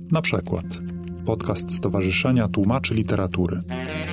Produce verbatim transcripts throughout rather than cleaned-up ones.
Na przykład podcast Stowarzyszenia Tłumaczy Literatury.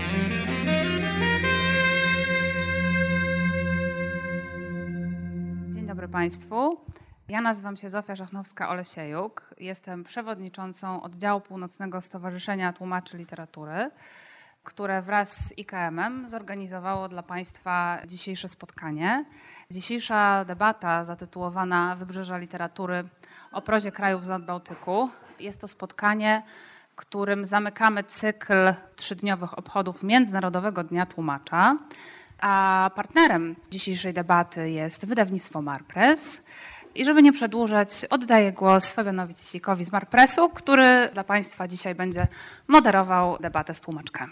Dzień dobry Państwu. Ja nazywam się Zofia Żachnowska-Olesiejuk. Jestem przewodniczącą oddziału północnego Stowarzyszenia Tłumaczy Literatury, które wraz z I K M-em zorganizowało dla Państwa dzisiejsze spotkanie. Dzisiejsza debata zatytułowana Wybrzeża Literatury o prozie krajów z Nadbałtyku. Jest to spotkanie, którym zamykamy cykl trzydniowych obchodów Międzynarodowego Dnia Tłumacza, a partnerem dzisiejszej debaty jest wydawnictwo Marpress. I żeby nie przedłużać, oddaję głos Fabianowi Cieślikowi z Marpressu, który dla Państwa dzisiaj będzie moderował debatę z tłumaczkami.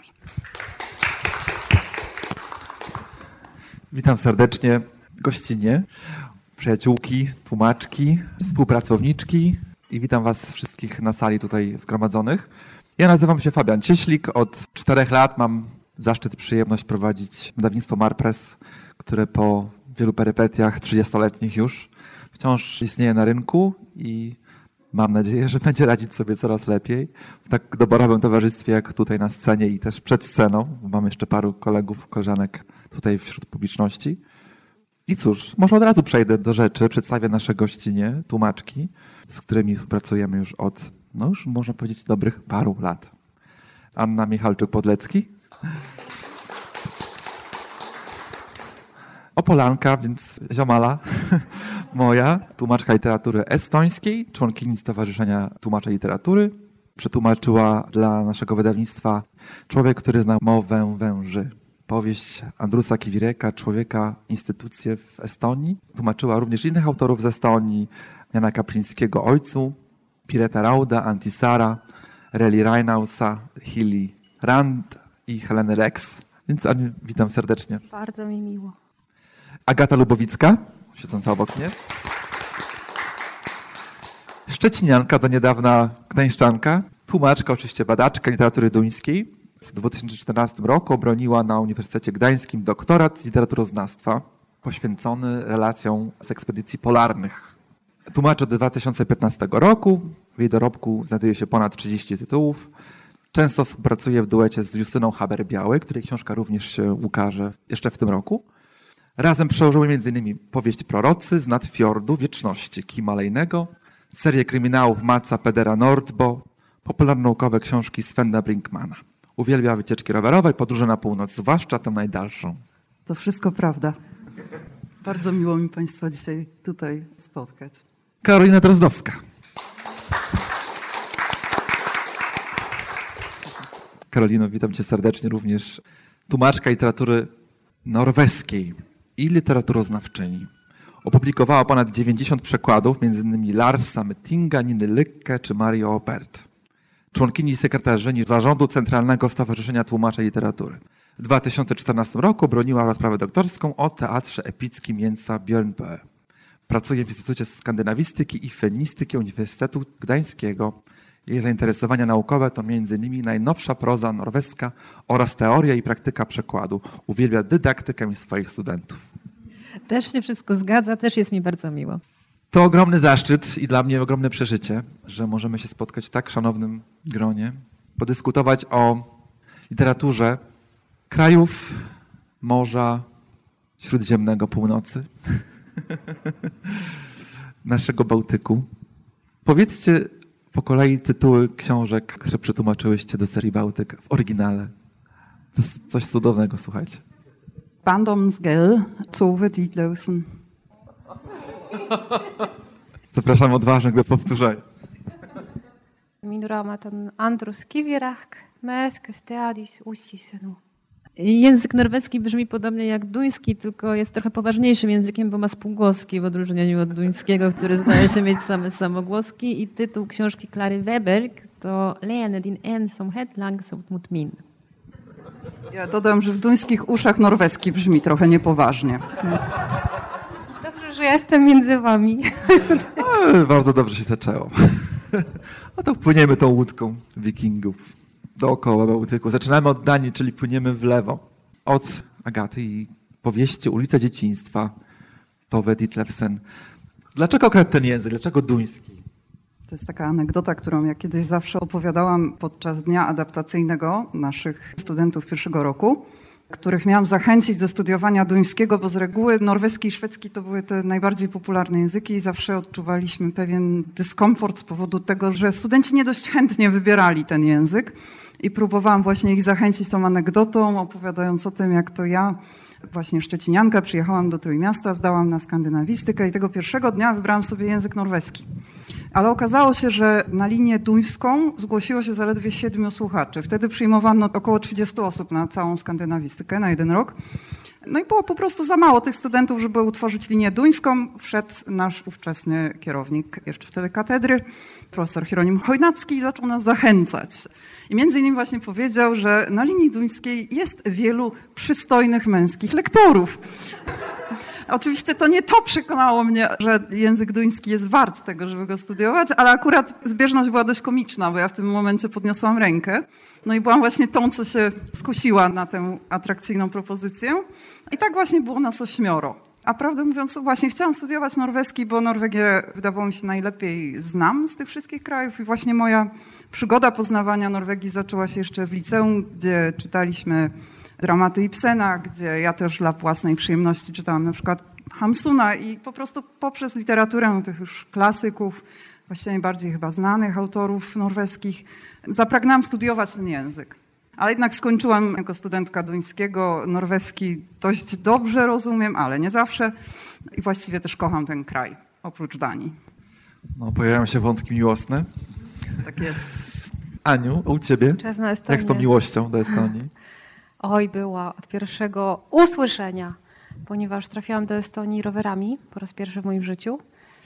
Witam serdecznie gościnie, przyjaciółki, tłumaczki, współpracowniczki i witam Was wszystkich na sali tutaj zgromadzonych. Ja nazywam się Fabian Cieślik. Od czterech lat mam zaszczyt, przyjemność prowadzić wydawnictwo Marpress, które po wielu perypetiach trzydziestoletnich już wciąż istnieje na rynku i mam nadzieję, że będzie radzić sobie coraz lepiej w tak doborowym towarzystwie jak tutaj na scenie i też przed sceną. Mam jeszcze paru kolegów, koleżanek tutaj wśród publiczności. I cóż, może od razu przejdę do rzeczy. Przedstawię nasze gościnie, tłumaczki, z którymi współpracujemy już od, no już można powiedzieć, dobrych paru lat. Anna Michalczuk-Podlecki. Opolanka, więc ziomala moja, tłumaczka literatury estońskiej, członkini Stowarzyszenia Tłumaczy Literatury. Przetłumaczyła dla naszego wydawnictwa Człowiek, który zna mowę węży. Powieść Andrusa Kivireka, Człowieka, instytucje w Estonii. Tłumaczyła również innych autorów z Estonii, Jana Kaplińskiego Ojcu, Pireta Rauda, Antisara, Reli Reinausa, Hilly Rand i Heleny Rex. Więc Aniu, witam serdecznie. Bardzo mi miło. Agata Lubowicka, siedząca obok mnie. Szczecinianka, do niedawna gdańszczanka, tłumaczka, oczywiście badaczka literatury duńskiej. W dwa tysiące czternastym roku obroniła na Uniwersytecie Gdańskim doktorat z literaturoznawstwa poświęcony relacjom z ekspedycji polarnych. Tłumaczy od dwa tysiące piętnastego roku. W jej dorobku znajduje się ponad trzydzieści tytułów. Często współpracuje w duecie z Justyną Haber-Białej, której książka również się ukaże jeszcze w tym roku. Razem przełożyły między innymi powieść Prorocy z nad fiordu wieczności Kima Lejnego, serię kryminałów Matsa Pedera Nordbo, popularnaukowe książki Svenda Brinkmana. Uwielbia wycieczki rowerowe, podróże na północ, zwłaszcza tę najdalszą. To wszystko prawda. Bardzo miło mi Państwa dzisiaj tutaj spotkać. Karolina Drozdowska. Karolino, witam Cię serdecznie również. Tłumaczka literatury norweskiej i literaturoznawczyni. Opublikowała ponad dziewięćdziesiąt przekładów, między innymi Larsa Mettinga, Niny Lykke czy Mario Opert. Członkini sekretarzyni Zarządu Centralnego Stowarzyszenia Tłumaczy Literatury. W dwa tysiące czternastym roku broniła rozprawę doktorską o teatrze epickim Jensa Björnboe. Pracuje w Instytucie Skandynawistyki i Fenistyki Uniwersytetu Gdańskiego. Jej zainteresowania naukowe to między innymi najnowsza proza norweska oraz teoria i praktyka przekładu. Uwielbia dydaktykę i swoich studentów. Też się wszystko zgadza, też jest mi bardzo miło. To ogromny zaszczyt i dla mnie ogromne przeżycie, że możemy się spotkać w tak szanownym gronie, podyskutować o literaturze krajów Morza Śródziemnego Północy, naszego Bałtyku. Powiedzcie po kolei tytuły książek, które przetłumaczyłyście do serii Bałtyk w oryginale. To jest coś cudownego, słuchajcie. Barndommens Gade, Tove Ditlevsen. Zapraszam odważnych do powtórzenia. Minu raamat on Andrus Kivirek, mees, kes teadis ussisõnu. Język norweski brzmi podobnie jak duński, tylko jest trochę poważniejszym językiem, bo ma spółgłoski w odróżnieniu od duńskiego, który zdaje się mieć same samogłoski. I tytuł książki Klary Weberg to Lene din ensomhet langsomt mot min. Ja dodam, że w duńskich uszach norweski brzmi trochę niepoważnie. Dobrze, że ja jestem między wami. Ale bardzo dobrze się zaczęło. No to płyniemy tą łódką wikingów dookoła Bałtyku. Zaczynamy od Danii, czyli płyniemy w lewo. Od Agaty i powieści Ulica Dzieciństwa, Tove Ditlevsen. Dlaczego akurat ten język? Dlaczego duński? To jest taka anegdota, którą ja kiedyś zawsze opowiadałam podczas dnia adaptacyjnego naszych studentów pierwszego roku, których miałam zachęcić do studiowania duńskiego, bo z reguły norweski i szwedzki to były te najbardziej popularne języki i zawsze odczuwaliśmy pewien dyskomfort z powodu tego, że studenci nie dość chętnie wybierali ten język i próbowałam właśnie ich zachęcić tą anegdotą, opowiadając o tym, jak to ja, właśnie szczecinianka, przyjechałam do Trójmiasta, zdałam na skandynawistykę i tego pierwszego dnia wybrałam sobie język norweski. Ale okazało się, że na linię duńską zgłosiło się zaledwie siedmiu słuchaczy. Wtedy przyjmowano około trzydziestu osób na całą skandynawistykę, na jeden rok. No i było po prostu za mało tych studentów, żeby utworzyć linię duńską. Wszedł nasz ówczesny kierownik, jeszcze wtedy katedry, profesor Hieronim Chojnacki i zaczął nas zachęcać. I między innymi właśnie powiedział, że na linii duńskiej jest wielu przystojnych męskich lektorów. Oczywiście to nie to przekonało mnie, że język duński jest wart tego, żeby go studiować, ale akurat zbieżność była dość komiczna, bo ja w tym momencie podniosłam rękę. No i byłam właśnie tą, co się skusiła na tę atrakcyjną propozycję. I tak właśnie było nas ośmioro. A prawdę mówiąc, właśnie chciałam studiować norweski, bo Norwegię wydawało mi się najlepiej znam z tych wszystkich krajów i właśnie moja przygoda poznawania Norwegii zaczęła się jeszcze w liceum, gdzie czytaliśmy dramaty Ibsena, gdzie ja też dla własnej przyjemności czytałam na przykład Hamsuna i po prostu poprzez literaturę tych już klasyków, właściwie najbardziej chyba znanych autorów norweskich, zapragnęłam studiować ten język. Ale jednak skończyłam jako studentka duńskiego. Norweski dość dobrze rozumiem, ale nie zawsze. I właściwie też kocham ten kraj, oprócz Danii. No, pojawiają się wątki miłosne. Tak jest. Aniu, a u ciebie? Czas na Estonię. Jak z tą miłością do Estonii? Oj, była od pierwszego usłyszenia, ponieważ trafiłam do Estonii rowerami po raz pierwszy w moim życiu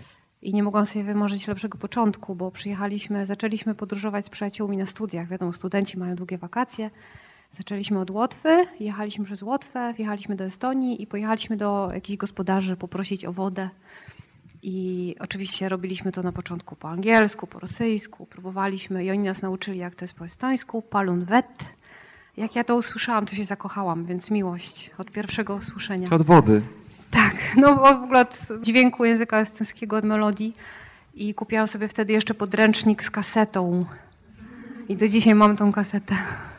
i nie mogłam sobie wymarzyć lepszego początku, bo przyjechaliśmy, zaczęliśmy podróżować z przyjaciółmi na studiach. Wiadomo, studenci mają długie wakacje. Zaczęliśmy od Łotwy, jechaliśmy przez Łotwę, wjechaliśmy do Estonii i pojechaliśmy do jakichś gospodarzy poprosić o wodę. I oczywiście robiliśmy to na początku po angielsku, po rosyjsku, próbowaliśmy i oni nas nauczyli, jak to jest po estońsku, palun vet. Jak ja to usłyszałam, to się zakochałam, więc miłość od pierwszego usłyszenia. Czy od wody? Tak, no w ogóle od dźwięku języka estońskiego, od melodii. I kupiłam sobie wtedy jeszcze podręcznik z kasetą. I do dzisiaj mam tą kasetę.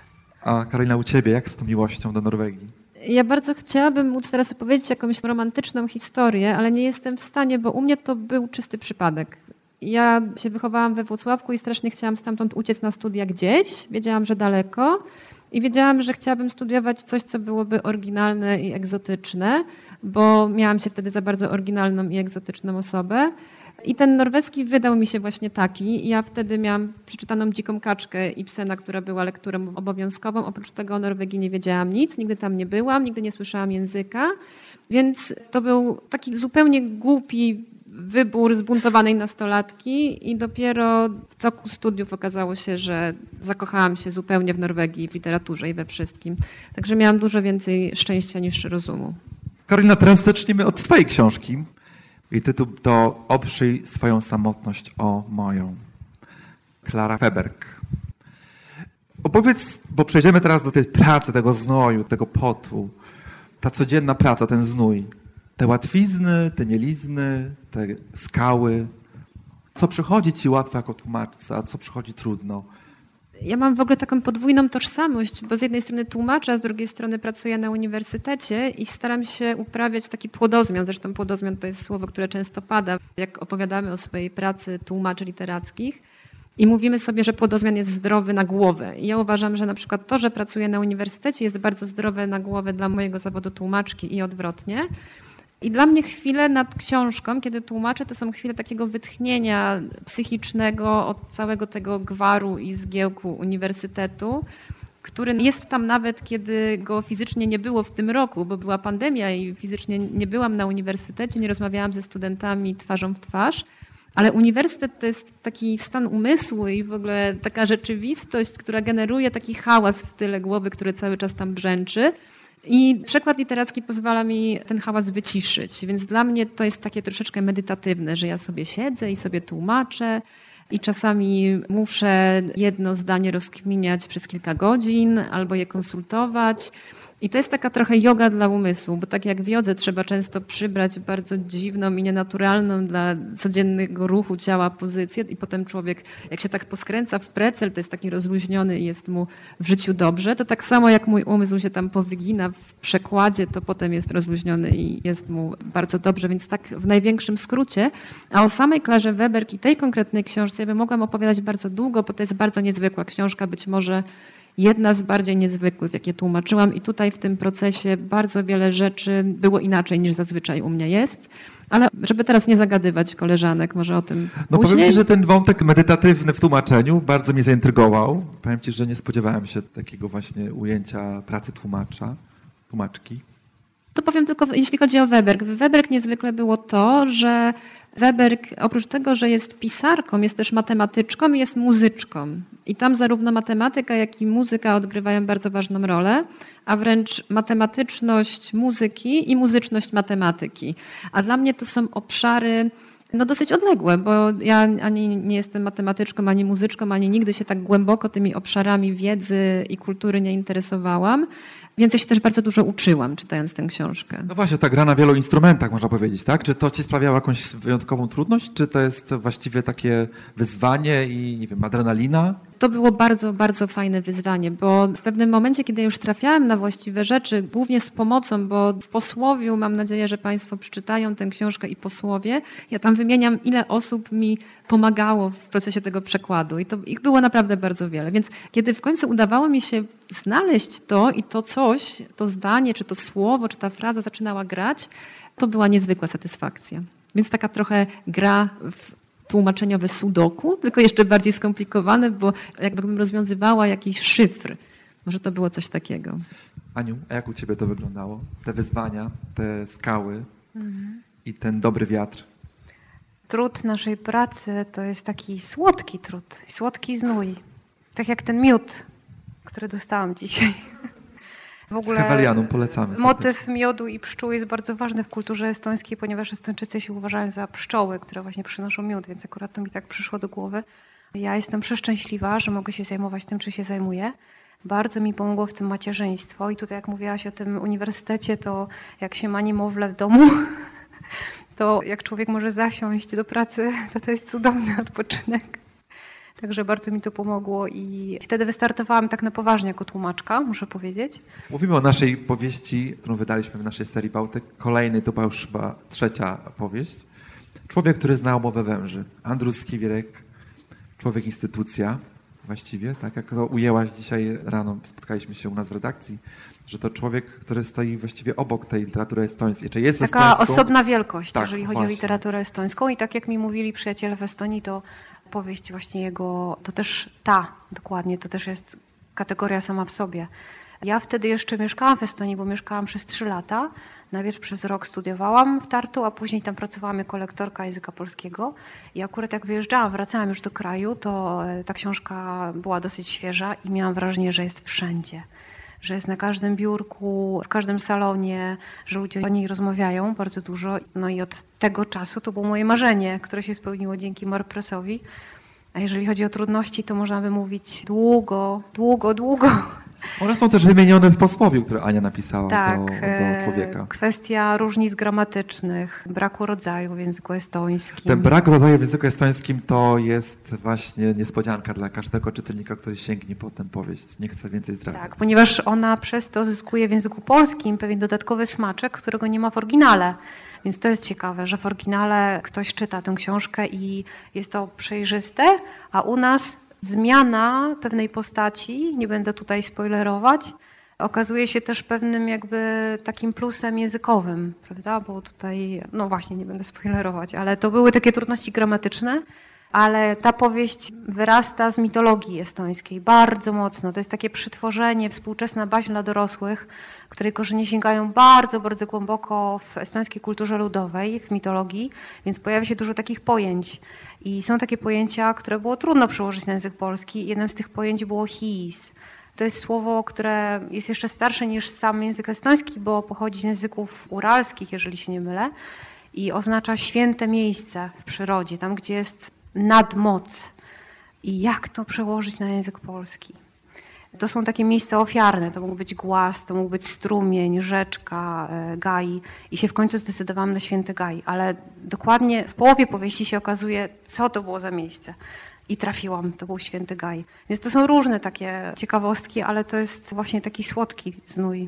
A Karolina, u ciebie, jak z tą miłością do Norwegii? Ja bardzo chciałabym móc teraz opowiedzieć jakąś romantyczną historię, ale nie jestem w stanie, bo u mnie to był czysty przypadek. Ja się wychowałam we Włocławku i strasznie chciałam stamtąd uciec na studia gdzieś. Wiedziałam, że daleko. I wiedziałam, że chciałabym studiować coś, co byłoby oryginalne i egzotyczne, bo miałam się wtedy za bardzo oryginalną i egzotyczną osobę. I ten norweski wydał mi się właśnie taki. Ja wtedy miałam przeczytaną Dziką kaczkę Ibsena, która była lekturą obowiązkową. Oprócz tego o Norwegii nie wiedziałam nic, nigdy tam nie byłam, nigdy nie słyszałam języka. Więc to był taki zupełnie głupi wybór zbuntowanej nastolatki i dopiero w toku studiów okazało się, że zakochałam się zupełnie w Norwegii, w literaturze i we wszystkim. Także miałam dużo więcej szczęścia niż rozumu. Karolina, teraz zaczniemy od twojej książki. Jej tytuł to Oprzyj swoją samotność o moją. Klara Weberg. Opowiedz, bo przejdziemy teraz do tej pracy, tego znoju, tego potu. Ta codzienna praca, ten znój. Te łatwizny, te mielizny, te skały. Co przychodzi ci łatwo jako tłumaczce, a co przychodzi trudno? Ja mam w ogóle taką podwójną tożsamość, bo z jednej strony tłumaczę, a z drugiej strony pracuję na uniwersytecie i staram się uprawiać taki płodozmian. Zresztą płodozmian to jest słowo, które często pada, jak opowiadamy o swojej pracy tłumaczy literackich. I mówimy sobie, że płodozmian jest zdrowy na głowę. I ja uważam, że na przykład to, że pracuję na uniwersytecie jest bardzo zdrowe na głowę dla mojego zawodu tłumaczki i odwrotnie. I dla mnie chwile nad książką, kiedy tłumaczę, to są chwile takiego wytchnienia psychicznego od całego tego gwaru i zgiełku uniwersytetu, który jest tam nawet, kiedy go fizycznie nie było w tym roku, bo była pandemia i fizycznie nie byłam na uniwersytecie, nie rozmawiałam ze studentami twarzą w twarz. Ale uniwersytet to jest taki stan umysłu i w ogóle taka rzeczywistość, która generuje taki hałas w tyle głowy, który cały czas tam brzęczy. I przekład literacki pozwala mi ten hałas wyciszyć, więc dla mnie to jest takie troszeczkę medytatywne, że ja sobie siedzę i sobie tłumaczę i czasami muszę jedno zdanie rozkminiać przez kilka godzin albo je konsultować. I to jest taka trochę joga dla umysłu, bo tak jak w jodze trzeba często przybrać bardzo dziwną i nienaturalną dla codziennego ruchu ciała pozycję i potem człowiek, jak się tak poskręca w precel, to jest taki rozluźniony i jest mu w życiu dobrze, to tak samo jak mój umysł się tam powygina w przekładzie, to potem jest rozluźniony i jest mu bardzo dobrze, więc tak w największym skrócie. A o samej Klarze Weberg i tej konkretnej książce ja bym mogłam opowiadać bardzo długo, bo to jest bardzo niezwykła książka, być może jedna z bardziej niezwykłych, jakie tłumaczyłam i tutaj w tym procesie bardzo wiele rzeczy było inaczej niż zazwyczaj u mnie jest. Ale żeby teraz nie zagadywać koleżanek, może o tym No później. powiem Ci, że ten wątek medytatywny w tłumaczeniu bardzo mnie zaintrygował. Powiem Ci, że nie spodziewałem się takiego właśnie ujęcia pracy tłumacza, tłumaczki. To powiem tylko, jeśli chodzi o Weberg. W Weberg niezwykle było to, że Weberg oprócz tego, że jest pisarką, jest też matematyczką i jest muzyczką. I tam zarówno matematyka, jak i muzyka odgrywają bardzo ważną rolę, a wręcz matematyczność muzyki i muzyczność matematyki. A dla mnie to są obszary no dosyć odległe, bo ja ani nie jestem matematyczką, ani muzyczką, ani nigdy się tak głęboko tymi obszarami wiedzy i kultury nie interesowałam. Więc ja się też bardzo dużo uczyłam, czytając tę książkę. No właśnie, ta gra na wielu instrumentach, można powiedzieć, tak? Czy to Ci sprawiało jakąś wyjątkową trudność, czy to jest właściwie takie wyzwanie i, nie wiem, adrenalina? To było bardzo, bardzo fajne wyzwanie, bo w pewnym momencie, kiedy już trafiałam na właściwe rzeczy, głównie z pomocą, bo w posłowiu, mam nadzieję, że Państwo przeczytają tę książkę i posłowie, ja tam wymieniam, ile osób mi pomagało w procesie tego przekładu i to ich było naprawdę bardzo wiele. Więc kiedy w końcu udawało mi się znaleźć to i to coś, to zdanie, czy to słowo, czy ta fraza zaczynała grać, to była niezwykła satysfakcja. Więc taka trochę gra w tłumaczeniowe sudoku, tylko jeszcze bardziej skomplikowane, bo jakbym rozwiązywała jakiś szyfr. Może to było coś takiego. Aniu, a jak u Ciebie to wyglądało? Te wyzwania, te skały mhm. i ten dobry wiatr? Trud naszej pracy to jest taki słodki trud, słodki znój. Tak jak ten miód, który dostałam dzisiaj. W ogóle z Hewelianum polecamy. Motyw serdecznie. Miodu i pszczół jest bardzo ważny w kulturze estońskiej, ponieważ Estończycy się uważają za pszczoły, które właśnie przynoszą miód, więc akurat to mi tak przyszło do głowy. Ja jestem przeszczęśliwa, że mogę się zajmować tym, czy się zajmuję. Bardzo mi pomogło w tym macierzyństwo i tutaj jak mówiłaś o tym uniwersytecie, to jak się ma niemowlę w domu, to jak człowiek może zasiąść do pracy, to to jest cudowny odpoczynek. Także bardzo mi to pomogło i wtedy wystartowałam tak na poważnie jako tłumaczka, muszę powiedzieć. Mówimy o naszej powieści, którą wydaliśmy w naszej serii Bałtyk. Kolejny, to była już chyba trzecia powieść. Człowiek, który znał mowę węży. Andrus Skiwirek, człowiek instytucja właściwie, tak jak to ujęłaś dzisiaj rano, spotkaliśmy się u nas w redakcji, że to człowiek, który stoi właściwie obok tej literatury estońskiej. Czy jest Taka estońską? Osobna wielkość, tak, jeżeli chodzi właśnie. o literaturę estońską i tak jak mi mówili przyjaciele w Estonii, to powieść właśnie jego, to też ta, dokładnie, to też jest kategoria sama w sobie. Ja wtedy jeszcze mieszkałam w Estonii, bo mieszkałam przez trzy lata. Najpierw przez rok studiowałam w Tartu, a później tam pracowałam jako lektorka języka polskiego. I akurat jak wyjeżdżałam, wracałam już do kraju, to ta książka była dosyć świeża i miałam wrażenie, że jest wszędzie. Że jest na każdym biurku, w każdym salonie, że ludzie o niej rozmawiają bardzo dużo. No i od tego czasu to było moje marzenie, które się spełniło dzięki Marpressowi. A jeżeli chodzi o trudności, to można by mówić długo, długo, długo. One są też wymienione w posłowiu, które Ania napisała tak, do, do człowieka. Kwestia różnic gramatycznych, braku rodzaju w języku estońskim. Ten brak rodzaju w języku estońskim to jest właśnie niespodzianka dla każdego czytelnika, który sięgnie po tę powieść. Nie chce więcej zdradzać. Tak, ponieważ ona przez to zyskuje w języku polskim pewien dodatkowy smaczek, którego nie ma w oryginale. Więc to jest ciekawe, że w oryginale ktoś czyta tę książkę i jest to przejrzyste, a u nas zmiana pewnej postaci, nie będę tutaj spoilerować, okazuje się też pewnym jakby takim plusem językowym, prawda? Bo tutaj, no właśnie, nie będę spoilerować, ale to były takie trudności gramatyczne, ale ta powieść wyrasta z mitologii estońskiej bardzo mocno. To jest takie przetworzenie, współczesna baśń dla dorosłych, której korzenie sięgają bardzo, bardzo głęboko w estońskiej kulturze ludowej, w mitologii, więc pojawia się dużo takich pojęć. I są takie pojęcia, które było trudno przełożyć na język polski. Jednym z tych pojęć było his. To jest słowo, które jest jeszcze starsze niż sam język estoński, bo pochodzi z języków uralskich, jeżeli się nie mylę, i oznacza święte miejsce w przyrodzie, tam gdzie jest nadmoc. I jak to przełożyć na język polski? To są takie miejsca ofiarne, to mógł być głaz, to mógł być strumień, rzeczka, Gai i się w końcu zdecydowałam na Święty Gai, ale dokładnie w połowie powieści się okazuje, co to było za miejsce. I trafiłam, to był Święty Gai. Więc to są różne takie ciekawostki, ale to jest właśnie taki słodki znój.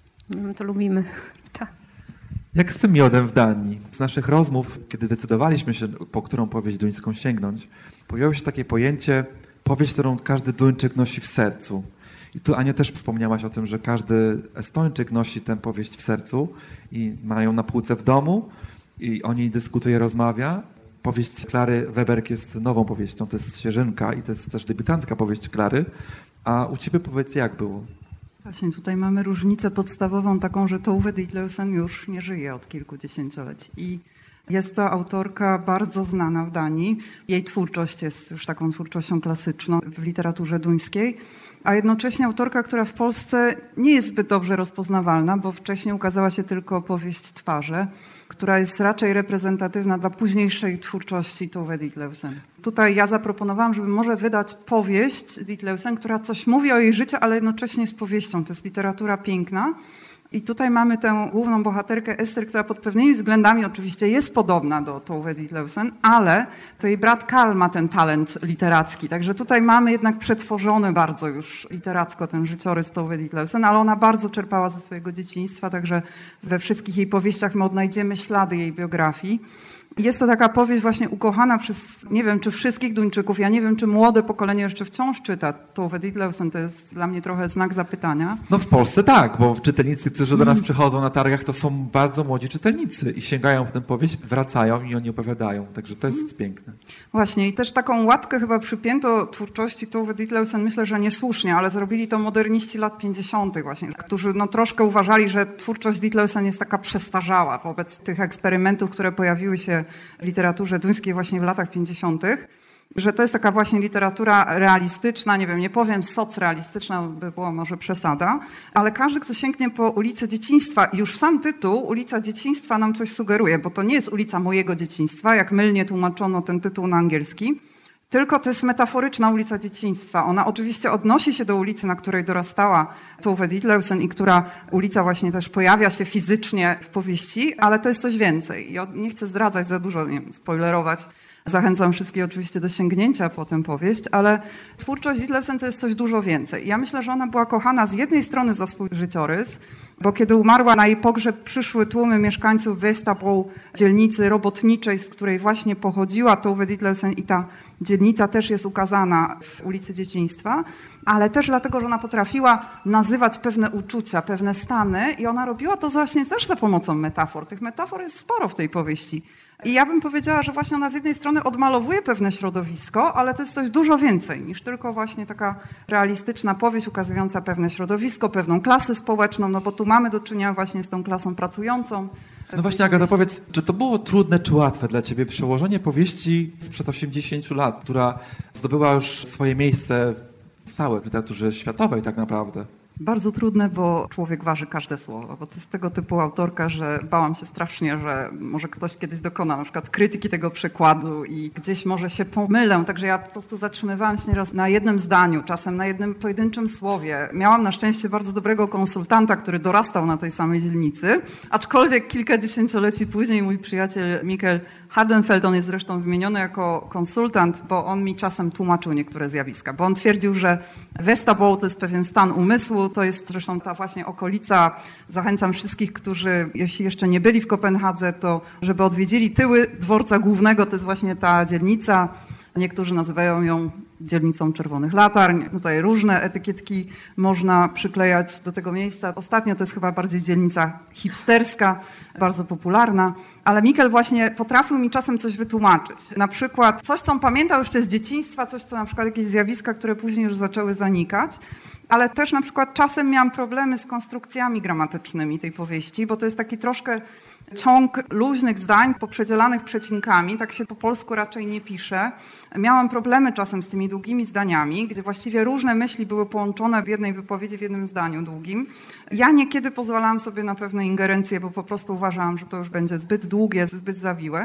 My to lubimy. Tak. Jak z tym miodem w Danii? Z naszych rozmów, kiedy decydowaliśmy się, po którą powieść duńską sięgnąć, pojawiło się takie pojęcie powieść, którą każdy Duńczyk nosi w sercu. I tu, Ania, też wspomniałaś o tym, że każdy Estończyk nosi tę powieść w sercu i ma ją na półce w domu i o niej dyskutuje, rozmawia. Powieść Klary Weberg jest nową powieścią, to jest Świeżynka i to jest też debiutancka powieść Klary. A u ciebie powiedz, jak było? Właśnie tutaj mamy różnicę podstawową taką, że Tove Ditlevsen już nie żyje od kilku dziesięcioleci. I jest to autorka bardzo znana w Danii. Jej twórczość jest już taką twórczością klasyczną w literaturze duńskiej, a jednocześnie autorka, która w Polsce nie jest zbyt dobrze rozpoznawalna, bo wcześniej ukazała się tylko powieść Twarze, która jest raczej reprezentatywna dla późniejszej twórczości Tove Ditlevsen. Tutaj ja zaproponowałam, żeby może wydać powieść Ditlevsen, która coś mówi o jej życiu, ale jednocześnie jest powieścią. To jest literatura piękna. I tutaj mamy tę główną bohaterkę Ester, która pod pewnymi względami oczywiście jest podobna do Tove Ditlevsen, ale to jej brat Karl ma ten talent literacki. Także tutaj mamy jednak przetworzony bardzo już literacko ten życiorys Tove Ditlevsen, ale ona bardzo czerpała ze swojego dzieciństwa, także we wszystkich jej powieściach my odnajdziemy ślady jej biografii. Jest to taka powieść właśnie ukochana przez, nie wiem, czy wszystkich Duńczyków, ja nie wiem, czy młode pokolenie jeszcze wciąż czyta Tove Ditlevsen, to jest dla mnie trochę znak zapytania. No w Polsce tak, bo czytelnicy, którzy do nas przychodzą na targach, to są bardzo młodzi czytelnicy i sięgają w tę powieść, wracają i oni opowiadają, także to jest piękne. Właśnie i też taką łatkę chyba przypięto twórczości Tove Ditlevsen, myślę, że niesłusznie, ale zrobili to moderniści lat pięćdziesiątych właśnie, którzy no troszkę uważali, że twórczość Ditlevsen jest taka przestarzała wobec tych eksperymentów, które pojawiły się w literaturze duńskiej właśnie w latach pięćdziesiątych, że to jest taka właśnie literatura realistyczna, nie wiem, nie powiem socrealistyczna, by było może przesada, ale każdy, kto sięgnie po ulicę dzieciństwa, już sam tytuł Ulica Dzieciństwa nam coś sugeruje, bo to nie jest ulica mojego dzieciństwa, jak mylnie tłumaczono ten tytuł na angielski, tylko to jest metaforyczna ulica dzieciństwa. Ona oczywiście odnosi się do ulicy, na której dorastała Tove Ditlevsen i która ulica właśnie też pojawia się fizycznie w powieści, ale to jest coś więcej. Ja nie chcę zdradzać za dużo, nie wiem, spoilerować. Zachęcam wszystkich oczywiście do sięgnięcia po tę powieść, ale twórczość Ditlevsen to jest coś dużo więcej. Ja myślę, że ona była kochana z jednej strony za swój życiorys, bo kiedy umarła, na jej pogrzeb przyszły tłumy mieszkańców Vestapol, dzielnicy robotniczej, z której właśnie pochodziła Tove Ditlevsen i ta dzielnica też jest ukazana w Ulicy Dzieciństwa, ale też dlatego, że ona potrafiła nazywać pewne uczucia, pewne stany i ona robiła to właśnie też za pomocą metafor. Tych metafor jest sporo w tej powieści. I ja bym powiedziała, że właśnie ona z jednej strony odmalowuje pewne środowisko, ale to jest coś dużo więcej niż tylko właśnie taka realistyczna powieść ukazująca pewne środowisko, pewną klasę społeczną, no bo tu mamy do czynienia właśnie z tą klasą pracującą. No właśnie, Agata, powiedz, czy to było trudne czy łatwe dla ciebie przełożenie powieści sprzed osiemdziesięciu lat, która zdobyła już swoje miejsce stałe w literaturze światowej tak naprawdę? Bardzo trudne, bo człowiek waży każde słowo, bo to jest tego typu autorka, że bałam się strasznie, że może ktoś kiedyś dokona na przykład krytyki tego przekładu i gdzieś może się pomylę, także ja po prostu zatrzymywałam się nieraz na jednym zdaniu, czasem na jednym pojedynczym słowie. Miałam na szczęście bardzo dobrego konsultanta, który dorastał na tej samej dzielnicy, aczkolwiek kilka dziesięcioleci później mój przyjaciel Mikkel Hardenfeld, on jest zresztą wymieniony jako konsultant, bo on mi czasem tłumaczył niektóre zjawiska, bo on twierdził, że Vestapol to jest pewien stan umysłu, to jest zresztą ta właśnie okolica. Zachęcam wszystkich, którzy jeśli jeszcze nie byli w Kopenhadze, to żeby odwiedzili tyły dworca głównego, to jest właśnie ta dzielnica. Niektórzy nazywają ją dzielnicą czerwonych latarń. Tutaj różne etykietki można przyklejać do tego miejsca. Ostatnio to jest chyba bardziej dzielnica hipsterska, bardzo popularna. Ale Mikkel właśnie potrafił mi czasem coś wytłumaczyć. Na przykład coś, co on pamiętał jeszcze z dzieciństwa, coś, co na przykład jakieś zjawiska, które później już zaczęły zanikać. Ale też na przykład czasem miałam problemy z konstrukcjami gramatycznymi tej powieści, bo to jest taki troszkę ciąg luźnych zdań poprzedzielanych przecinkami, tak się po polsku raczej nie pisze. Miałam problemy czasem z tymi długimi zdaniami, gdzie właściwie różne myśli były połączone w jednej wypowiedzi, w jednym zdaniu długim. Ja niekiedy pozwalałam sobie na pewne ingerencje, bo po prostu uważałam, że to już będzie zbyt długie, zbyt zawiłe.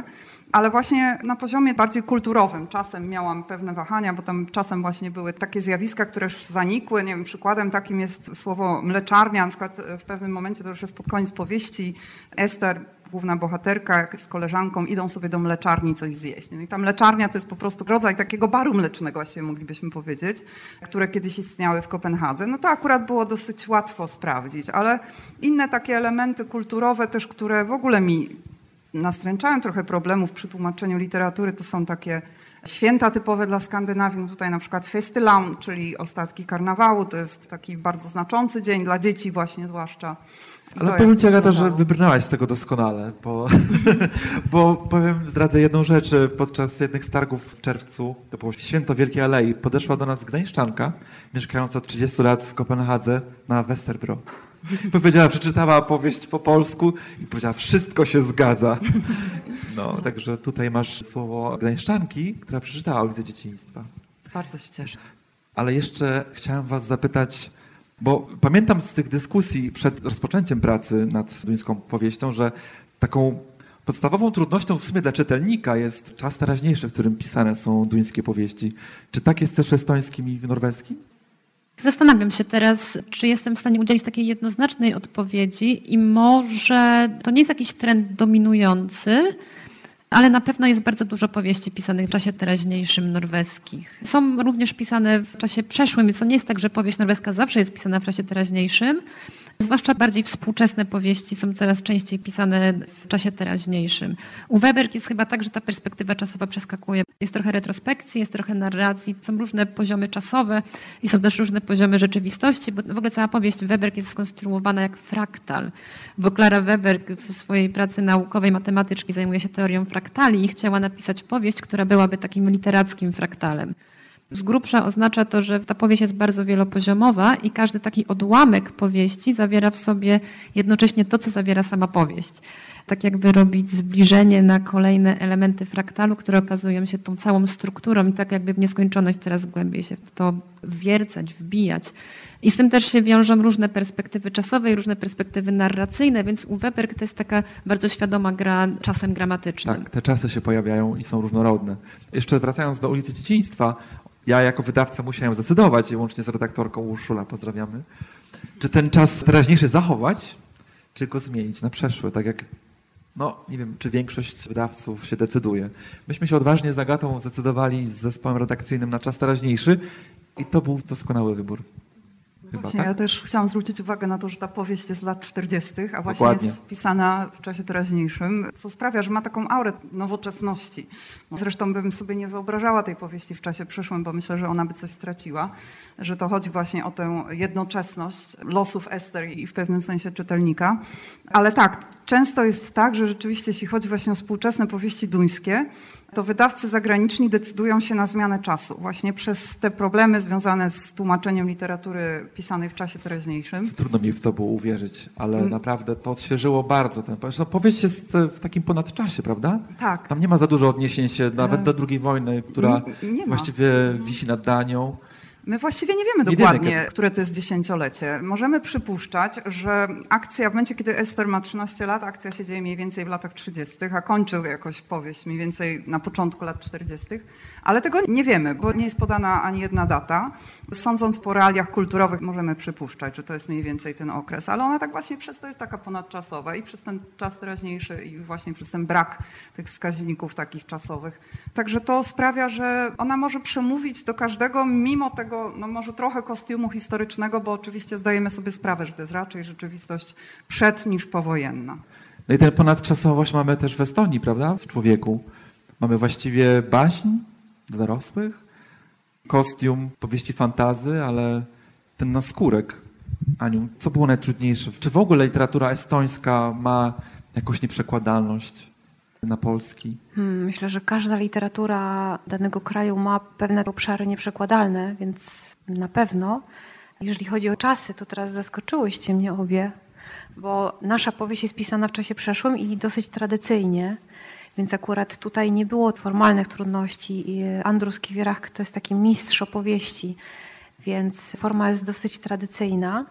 ale właśnie na poziomie bardziej kulturowym. Czasem miałam pewne wahania, bo tam czasem właśnie były takie zjawiska, które już zanikły. Nie wiem, przykładem takim jest słowo mleczarnia. Na przykład w pewnym momencie, to już jest pod koniec powieści, Ester, główna bohaterka z koleżanką idą sobie do mleczarni coś zjeść. No i ta mleczarnia to jest po prostu rodzaj takiego baru mlecznego, właściwie moglibyśmy powiedzieć, które kiedyś istniały w Kopenhadze. No to akurat było dosyć łatwo sprawdzić, ale inne takie elementy kulturowe też, które w ogóle mi nastręczają trochę problemów przy tłumaczeniu literatury, to są takie święta typowe dla Skandynawii. No tutaj na przykład Festilaun, czyli ostatki karnawału, to jest taki bardzo znaczący dzień dla dzieci właśnie zwłaszcza. Ale powiem Ci, Agata, że wybrnęłaś z tego doskonale, bo, bo powiem, zdradzę jedną rzecz. Podczas jednych z targów w czerwcu, to było święto Wielkiej Alei, podeszła do nas gdańszczanka, mieszkająca od trzydziestu lat w Kopenhadze na Westerbro. Powiedziała, przeczytała powieść po polsku i powiedziała, wszystko się zgadza. No, także tutaj masz słowo gdańszczanki, która przeczytała Ulicę Dzieciństwa. Bardzo się cieszę. Ale jeszcze chciałem was zapytać, bo pamiętam z tych dyskusji przed rozpoczęciem pracy nad duńską powieścią, że taką podstawową trudnością w sumie dla czytelnika jest czas teraźniejszy, w którym pisane są duńskie powieści. Czy tak jest też w estońskim i w norweskim? Zastanawiam się teraz, czy jestem w stanie udzielić takiej jednoznacznej odpowiedzi i może to nie jest jakiś trend dominujący, ale na pewno jest bardzo dużo powieści pisanych w czasie teraźniejszym norweskich. Są również pisane w czasie przeszłym, więc to nie jest tak, że powieść norweska zawsze jest pisana w czasie teraźniejszym. Zwłaszcza bardziej współczesne powieści są coraz częściej pisane w czasie teraźniejszym. U Weberg jest chyba tak, że ta perspektywa czasowa przeskakuje. Jest trochę retrospekcji, jest trochę narracji, są różne poziomy czasowe i są też różne poziomy rzeczywistości, bo w ogóle cała powieść Weberg jest skonstruowana jak fraktal, bo Clara Weberg w swojej pracy naukowej matematyczki zajmuje się teorią fraktali i chciała napisać powieść, która byłaby takim literackim fraktalem. Z grubsza oznacza to, że ta powieść jest bardzo wielopoziomowa i każdy taki odłamek powieści zawiera w sobie jednocześnie to, co zawiera sama powieść. Tak jakby robić zbliżenie na kolejne elementy fraktalu, które okazują się tą całą strukturą i tak jakby w nieskończoność coraz głębiej się w to wwiercać, wbijać. I z tym też się wiążą różne perspektywy czasowe i różne perspektywy narracyjne, więc u Weberg to jest taka bardzo świadoma gra czasem gramatycznym. Tak, te czasy się pojawiają i są różnorodne. Jeszcze wracając do Ulicy Dzieciństwa, ja jako wydawca musiałem zdecydować, łącznie z redaktorką Urszula, pozdrawiamy, czy ten czas teraźniejszy zachować, czy go zmienić na przeszły, tak jak, no nie wiem, czy większość wydawców się decyduje. Myśmy się odważnie z Agatą zdecydowali z zespołem redakcyjnym na czas teraźniejszy i to był doskonały wybór. Chyba, Właśnie, tak? ja też chciałam zwrócić uwagę na to, że ta powieść jest z lat czterdziestych, a właśnie Dokładnie. jest pisana w czasie teraźniejszym, co sprawia, że ma taką aurę nowoczesności. Zresztą bym sobie nie wyobrażała tej powieści w czasie przyszłym, bo myślę, że ona by coś straciła, że to chodzi właśnie o tę jednoczesność losów Ester i w pewnym sensie czytelnika. Ale tak, często jest tak, że rzeczywiście jeśli chodzi właśnie o współczesne powieści duńskie, to wydawcy zagraniczni decydują się na zmianę czasu właśnie przez te problemy związane z tłumaczeniem literatury pisanej w czasie teraźniejszym. Trudno mi w to było uwierzyć, ale Mm. naprawdę to odświeżyło bardzo tę powieść. No, powieść jest w takim ponadczasie, prawda? Tak. Tam nie ma za dużo odniesień się nawet do drugiej wojny, która Nie- nie ma. właściwie wisi nad Danią. My właściwie nie wiemy Nie dokładnie, wiemy, które to jest dziesięciolecie. Możemy przypuszczać, że akcja w momencie, kiedy Ester ma trzynaście lat, akcja się dzieje mniej więcej w latach trzydziestych, a kończy jakoś powieść mniej więcej na początku lat czterdziestych. Ale tego nie wiemy, bo nie jest podana ani jedna data. Sądząc po realiach kulturowych możemy przypuszczać, że to jest mniej więcej ten okres. Ale ona tak właśnie przez to jest taka ponadczasowa i przez ten czas teraźniejszy i właśnie przez ten brak tych wskaźników takich czasowych. Także to sprawia, że ona może przemówić do każdego mimo tego, no może trochę kostiumu historycznego, bo oczywiście zdajemy sobie sprawę, że to jest raczej rzeczywistość przed niż powojenna. No i tę ponadczasowość mamy też w Estonii, prawda? W Człowieku. Mamy właściwie baśń dla dorosłych, kostium powieści fantazy, ale ten naskórek. Aniu, co było najtrudniejsze? Czy w ogóle literatura estońska ma jakąś nieprzekładalność na polski? Hmm, myślę, że każda literatura danego kraju ma pewne obszary nieprzekładalne, więc na pewno. Jeżeli chodzi o czasy, to teraz zaskoczyłyście mnie obie, bo nasza powieść jest pisana w czasie przeszłym i dosyć tradycyjnie, więc akurat tutaj nie było formalnych trudności. Andrus Kivirach to jest taki mistrz opowieści, więc forma jest dosyć tradycyjna.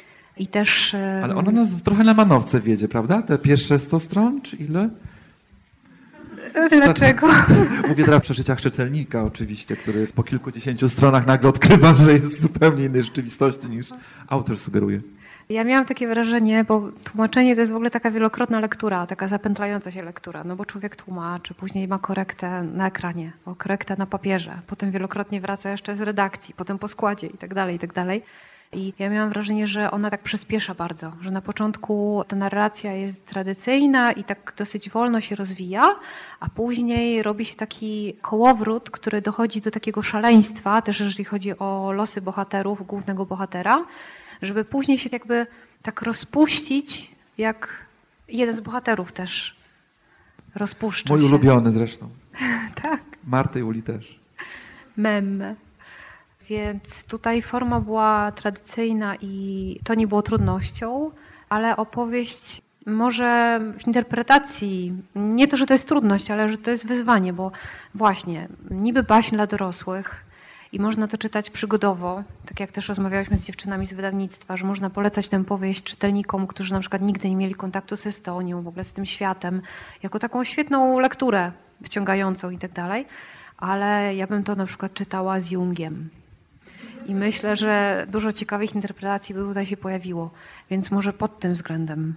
I też... Ale ona nas trochę na manowce wiedzie, prawda? Te pierwsze sto stron, czy ile? Dlaczego? Mówię teraz o przeżyciach czytelnika oczywiście, który po kilkudziesięciu stronach nagle odkrywa, że jest zupełnie innej rzeczywistości niż autor sugeruje. Ja miałam takie wrażenie, bo tłumaczenie to jest w ogóle taka wielokrotna lektura, taka zapętlająca się lektura, no bo człowiek tłumaczy, później ma korektę na ekranie, o korektę na papierze, potem wielokrotnie wraca jeszcze z redakcji, potem po składzie i tak dalej, i tak dalej. I ja miałam wrażenie, że ona tak przyspiesza bardzo, że na początku ta narracja jest tradycyjna i tak dosyć wolno się rozwija, a później robi się taki kołowrót, który dochodzi do takiego szaleństwa, też jeżeli chodzi o losy bohaterów, głównego bohatera, żeby później się jakby tak rozpuścić, jak jeden z bohaterów też rozpuszcza Mój się. ulubiony zresztą. Tak. Marty i Uli też. Mem. Więc tutaj forma była tradycyjna i to nie było trudnością, ale opowieść może w interpretacji, nie to, że to jest trudność, ale że to jest wyzwanie, bo właśnie niby baśń dla dorosłych i można to czytać przygodowo, tak jak też rozmawiałyśmy z dziewczynami z wydawnictwa, że można polecać tę powieść czytelnikom, którzy na przykład nigdy nie mieli kontaktu z Estonią, w ogóle z tym światem, jako taką świetną lekturę wciągającą i tak dalej, ale ja bym to na przykład czytała z Jungiem. I myślę, że dużo ciekawych interpretacji by tutaj się pojawiło, więc może pod tym względem.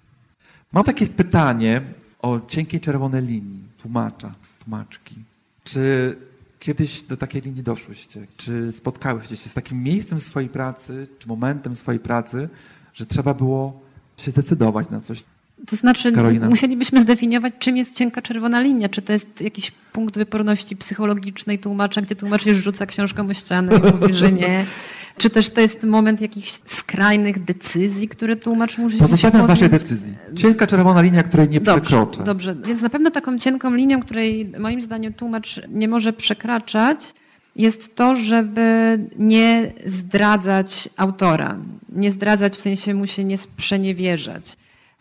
Mam takie pytanie o cienkiej czerwonej linii tłumacza, tłumaczki. Czy kiedyś do takiej linii doszłyście? Czy spotkałyście się z takim miejscem w swojej pracy, czy momentem swojej pracy, że trzeba było się zdecydować na coś? To znaczy, Karolina. musielibyśmy zdefiniować, czym jest cienka czerwona linia. Czy to jest jakiś punkt wyporności psychologicznej tłumacza, gdzie tłumacz już rzuca książką o ścianę i mówi, że nie. Czy też to jest moment jakichś skrajnych decyzji, które tłumacz musi podjąć? Pozostawiam waszej decyzji. Cienka czerwona linia, której nie dobrze, przekroczę. Dobrze, więc na pewno taką cienką linią, której moim zdaniem tłumacz nie może przekraczać, jest to, żeby nie zdradzać autora. Nie zdradzać, w sensie mu się nie sprzeniewierzać.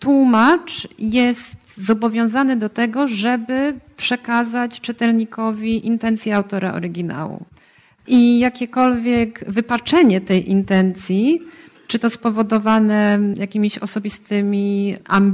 Tłumacz jest zobowiązany do tego, żeby przekazać czytelnikowi intencję autora oryginału. I jakiekolwiek wypaczenie tej intencji, czy to spowodowane jakimiś osobistymi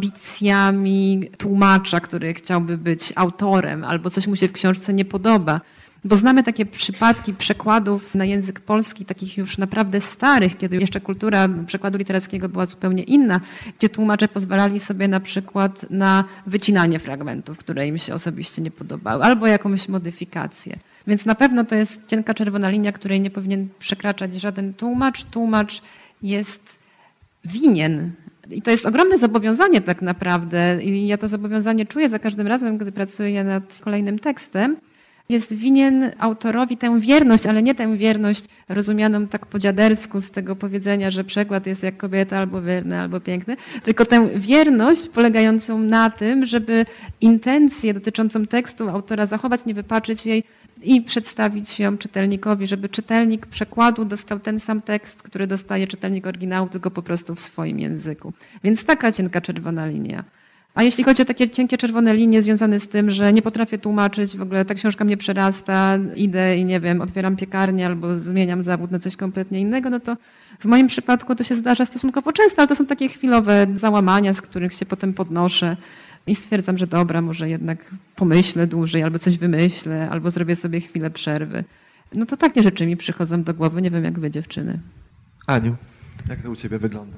ambicjami tłumacza, który chciałby być autorem, albo coś mu się w książce nie podoba. Bo znamy takie przypadki przekładów na język polski, takich już naprawdę starych, kiedy jeszcze kultura przekładu literackiego była zupełnie inna, gdzie tłumacze pozwalali sobie na przykład na wycinanie fragmentów, które im się osobiście nie podobały, albo jakąś modyfikację. Więc na pewno to jest cienka czerwona linia, której nie powinien przekraczać żaden tłumacz. Tłumacz jest winien. I to jest ogromne zobowiązanie tak naprawdę. I ja to zobowiązanie czuję za każdym razem, gdy pracuję nad kolejnym tekstem. Jest winien autorowi tę wierność, ale nie tę wierność rozumianą tak po dziadersku z tego powiedzenia, że przekład jest jak kobieta albo wierny, albo piękny, tylko tę wierność polegającą na tym, żeby intencję dotyczącą tekstu autora zachować, nie wypaczyć jej i przedstawić ją czytelnikowi, żeby czytelnik przekładu dostał ten sam tekst, który dostaje czytelnik oryginału, tylko po prostu w swoim języku. Więc taka cienka czerwona linia. A jeśli chodzi o takie cienkie czerwone linie związane z tym, że nie potrafię tłumaczyć, w ogóle ta książka mnie przerasta, idę i nie wiem, otwieram piekarnię albo zmieniam zawód na coś kompletnie innego, no to w moim przypadku to się zdarza stosunkowo często, ale to są takie chwilowe załamania, z których się potem podnoszę i stwierdzam, że dobra, może jednak pomyślę dłużej, albo coś wymyślę, albo zrobię sobie chwilę przerwy. No to takie rzeczy mi przychodzą do głowy, nie wiem jak wy, dziewczyny. Aniu, jak to u ciebie wygląda?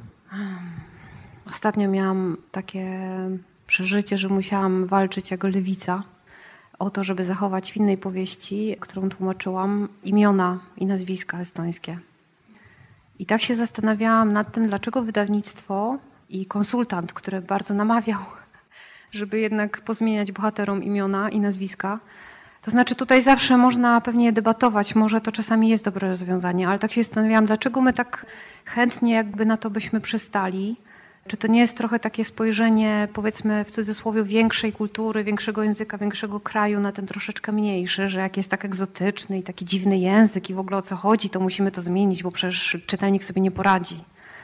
Ostatnio miałam takie przeżycie, że musiałam walczyć jako lewica o to, żeby zachować w innej powieści, którą tłumaczyłam, imiona i nazwiska estońskie. I tak się zastanawiałam nad tym, dlaczego wydawnictwo i konsultant, który bardzo namawiał, żeby jednak pozmieniać bohaterom imiona i nazwiska. To znaczy tutaj zawsze można pewnie debatować, może to czasami jest dobre rozwiązanie, ale tak się zastanawiałam, dlaczego my tak chętnie jakby na to byśmy przystali. Czy to nie jest trochę takie spojrzenie, powiedzmy w cudzysłowie, większej kultury, większego języka, większego kraju na ten troszeczkę mniejszy, że jak jest tak egzotyczny i taki dziwny język i w ogóle o co chodzi, to musimy to zmienić, bo przecież czytelnik sobie nie poradzi.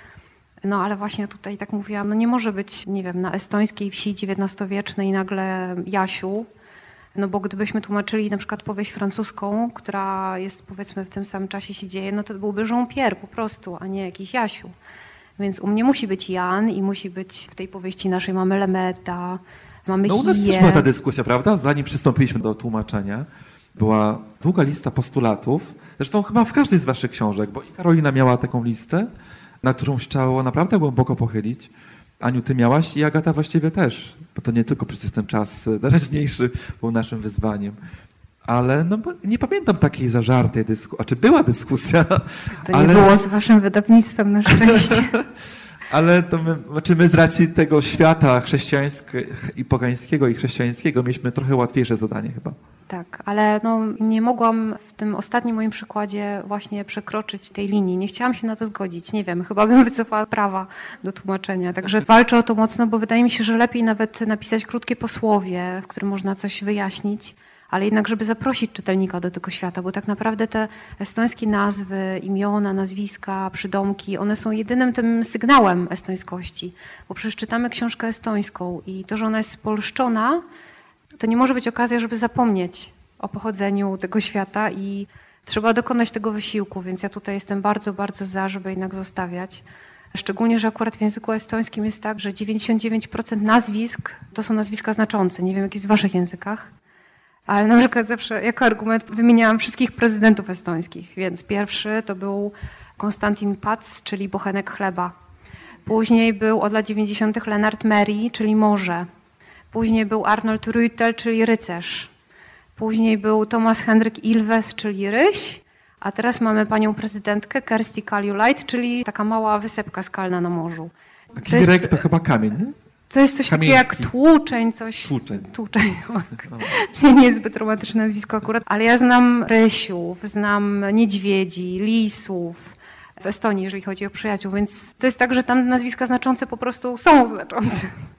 No ale właśnie tutaj tak mówiłam, no nie może być, nie wiem, na estońskiej wsi dziewiętnastowiecznej nagle Jasiu, no bo gdybyśmy tłumaczyli na przykład powieść francuską, która jest powiedzmy w tym samym czasie się dzieje, no to byłby Jean-Pierre po prostu, a nie jakiś Jasiu. Więc u mnie musi być Jan i musi być w tej powieści naszej mamy Lemeta, mamy No u nas hije. też była ta dyskusja, prawda? Zanim przystąpiliśmy do tłumaczenia, była długa lista postulatów. Zresztą chyba w każdej z waszych książek, bo i Karolina miała taką listę, na którą się trzeba naprawdę głęboko pochylić. Aniu, ty miałaś i Agata właściwie też, bo to nie tylko przecież ten czas teraźniejszy był naszym wyzwaniem. Ale no, nie pamiętam takiej zażartej dyskusji. A czy była dyskusja? To nie ale... było z waszym wydawnictwem na szczęście. Ale to my, znaczy my z racji tego świata chrześcijańskiego i pogańskiego i chrześcijańskiego mieliśmy trochę łatwiejsze zadanie chyba. Tak, ale no, nie mogłam w tym ostatnim moim przykładzie właśnie przekroczyć tej linii. Nie chciałam się na to zgodzić. Nie wiem, chyba bym wycofała prawa do tłumaczenia. Także walczę o to mocno, bo wydaje mi się, że lepiej nawet napisać krótkie posłowie, w którym można coś wyjaśnić, ale jednak, żeby zaprosić czytelnika do tego świata, bo tak naprawdę te estońskie nazwy, imiona, nazwiska, przydomki, one są jedynym tym sygnałem estońskości, bo przecież czytamy książkę estońską i to, że ona jest spolszczona, to nie może być okazja, żeby zapomnieć o pochodzeniu tego świata i trzeba dokonać tego wysiłku, więc ja tutaj jestem bardzo, bardzo za, żeby jednak zostawiać. Szczególnie, że akurat w języku estońskim jest tak, że dziewięćdziesiąt dziewięć procent nazwisk to są nazwiska znaczące. Nie wiem, jak jest w waszych językach, ale na przykład zawsze jako argument wymieniałam wszystkich prezydentów estońskich, więc pierwszy to był Konstantin Pac, czyli bochenek chleba. Później był od lat dziewięćdziesiątych Lennart Meri, czyli morze. Później był Arnold Rütel, czyli rycerz. Później był Thomas Hendrik Ilves, czyli ryś. A teraz mamy panią prezydentkę Kersti Kaljulaid, czyli taka mała wysepka skalna na morzu. A Kirek to, to chyba kamień, nie? To jest coś takiego jak tłuczeń, coś... Tłuczeń. Tłuczeń. Nie, niezbyt romantyczne nazwisko akurat, ale ja znam rysiów, znam niedźwiedzi, lisów w Estonii, jeżeli chodzi o przyjaciół, więc to jest tak, że tam nazwiska znaczące po prostu są znaczące.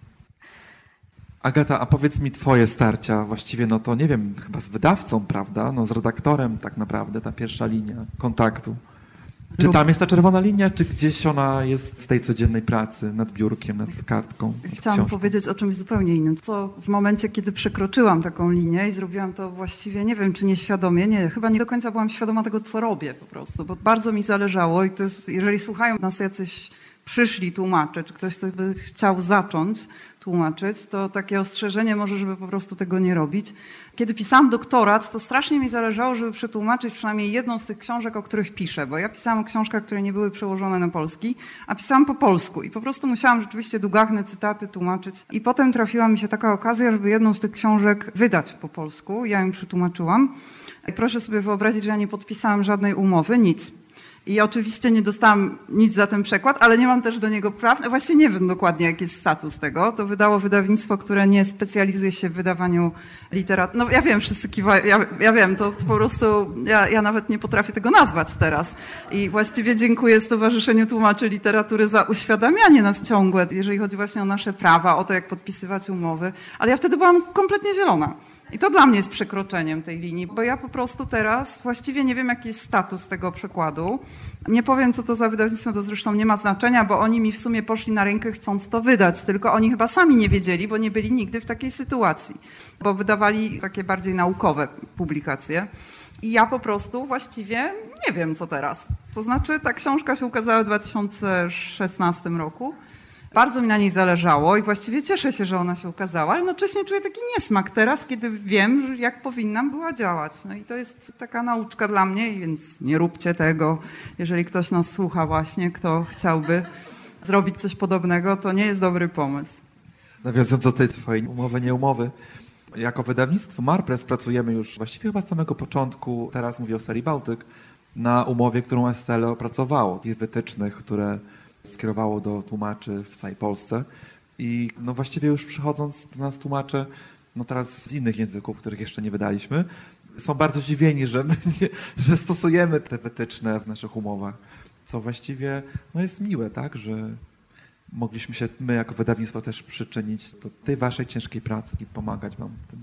Agata, a powiedz mi twoje starcia, właściwie no to nie wiem, chyba z wydawcą, prawda? No z redaktorem tak naprawdę, ta pierwsza linia kontaktu. Czy tam jest ta czerwona linia, czy gdzieś ona jest w tej codziennej pracy, nad biurkiem, nad kartką? Nad Chciałam książką? powiedzieć o czymś zupełnie innym. Co w momencie, kiedy przekroczyłam taką linię i zrobiłam to właściwie, nie wiem, czy nieświadomie, nie, chyba nie do końca byłam świadoma tego, co robię po prostu, bo bardzo mi zależało i to jest, jeżeli słuchają nas jacyś przyszli tłumacze, czy ktoś, kto by chciał zacząć tłumaczyć, to takie ostrzeżenie może, żeby po prostu tego nie robić. Kiedy pisałam doktorat, to strasznie mi zależało, żeby przetłumaczyć przynajmniej jedną z tych książek, o których piszę, bo ja pisałam o książkach, które nie były przełożone na polski, a pisałam po polsku i po prostu musiałam rzeczywiście długachne cytaty tłumaczyć. I potem trafiła mi się taka okazja, żeby jedną z tych książek wydać po polsku. Ja ją przetłumaczyłam. I proszę sobie wyobrazić, że ja nie podpisałam żadnej umowy, nic. I oczywiście nie dostałam nic za ten przekład, ale nie mam też do niego praw. Właśnie nie wiem dokładnie, jaki jest status tego. To wydało wydawnictwo, które nie specjalizuje się w wydawaniu literatury. No ja wiem, wszyscy kiwają, ja, ja wiem, to, to po prostu, ja, ja nawet nie potrafię tego nazwać teraz. I właściwie dziękuję Stowarzyszeniu Tłumaczy Literatury za uświadamianie nas ciągłe, jeżeli chodzi właśnie o nasze prawa, o to, jak podpisywać umowy. Ale ja wtedy byłam kompletnie zielona. I to dla mnie jest przekroczeniem tej linii, bo ja po prostu teraz właściwie nie wiem, jaki jest status tego przekładu. Nie powiem, co to za wydawnictwo, to zresztą nie ma znaczenia, bo oni mi w sumie poszli na rękę, chcąc to wydać, tylko oni chyba sami nie wiedzieli, bo nie byli nigdy w takiej sytuacji, bo wydawali takie bardziej naukowe publikacje. I ja po prostu właściwie nie wiem, co teraz. To znaczy, ta książka się ukazała w dwa tysiące szesnastym roku. Bardzo mi na niej zależało i właściwie cieszę się, że ona się ukazała, ale jednocześnie czuję taki niesmak teraz, kiedy wiem, jak powinnam była działać. No i to jest taka nauczka dla mnie, więc nie róbcie tego. Jeżeli ktoś nas słucha właśnie, kto chciałby zrobić coś podobnego, to nie jest dobry pomysł. Nawiązując do tej twojej umowy, nie umowy, jako wydawnictwo Marpress pracujemy już właściwie chyba od samego początku, teraz mówię o serii Bałtyk, na umowie, którą Estelle opracowało, i wytycznych, które skierowało do tłumaczy w całej Polsce. I no właściwie już przychodząc do nas tłumacze, no teraz z innych języków, których jeszcze nie wydaliśmy, są bardzo zdziwieni, że, my nie, że stosujemy te wytyczne w naszych umowach. Co właściwie no jest miłe, tak, że mogliśmy się my jako wydawnictwo też przyczynić do tej waszej ciężkiej pracy i pomagać wam w tym.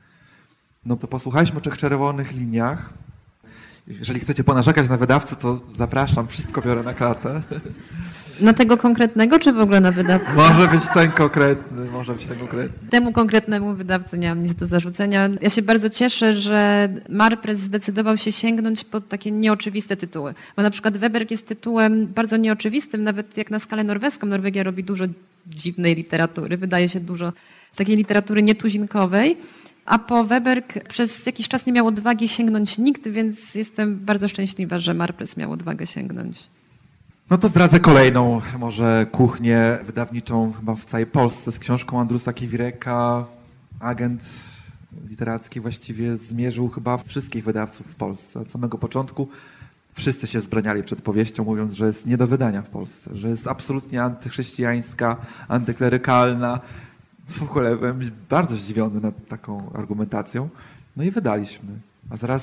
No to posłuchaliśmy o trzech czerwonych liniach. Jeżeli chcecie ponarzekać na wydawcę, to zapraszam, wszystko biorę na klatę. Na tego konkretnego, czy w ogóle na wydawcę? Może być ten konkretny, może być ten konkretny. Temu konkretnemu wydawcy nie mam nic do zarzucenia. Ja się bardzo cieszę, że Marpress zdecydował się sięgnąć pod takie nieoczywiste tytuły. Bo na przykład Weberg jest tytułem bardzo nieoczywistym, nawet jak na skalę norweską. Norwegia robi dużo dziwnej literatury, wydaje się dużo takiej literatury nietuzinkowej. A po Weberg przez jakiś czas nie miał odwagi sięgnąć nikt, więc jestem bardzo szczęśliwa, że Marpress miał odwagę sięgnąć. No to zdradzę kolejną może kuchnię wydawniczą chyba w całej Polsce z książką Andrusa Kiwireka. Agent literacki właściwie zmierzył chyba wszystkich wydawców w Polsce. Od samego początku wszyscy się zbraniali przed powieścią, mówiąc, że jest nie do wydania w Polsce, że jest absolutnie antychrześcijańska, antyklerykalna. W ogóle byłem bardzo zdziwiony nad taką argumentacją. No i wydaliśmy. A zaraz...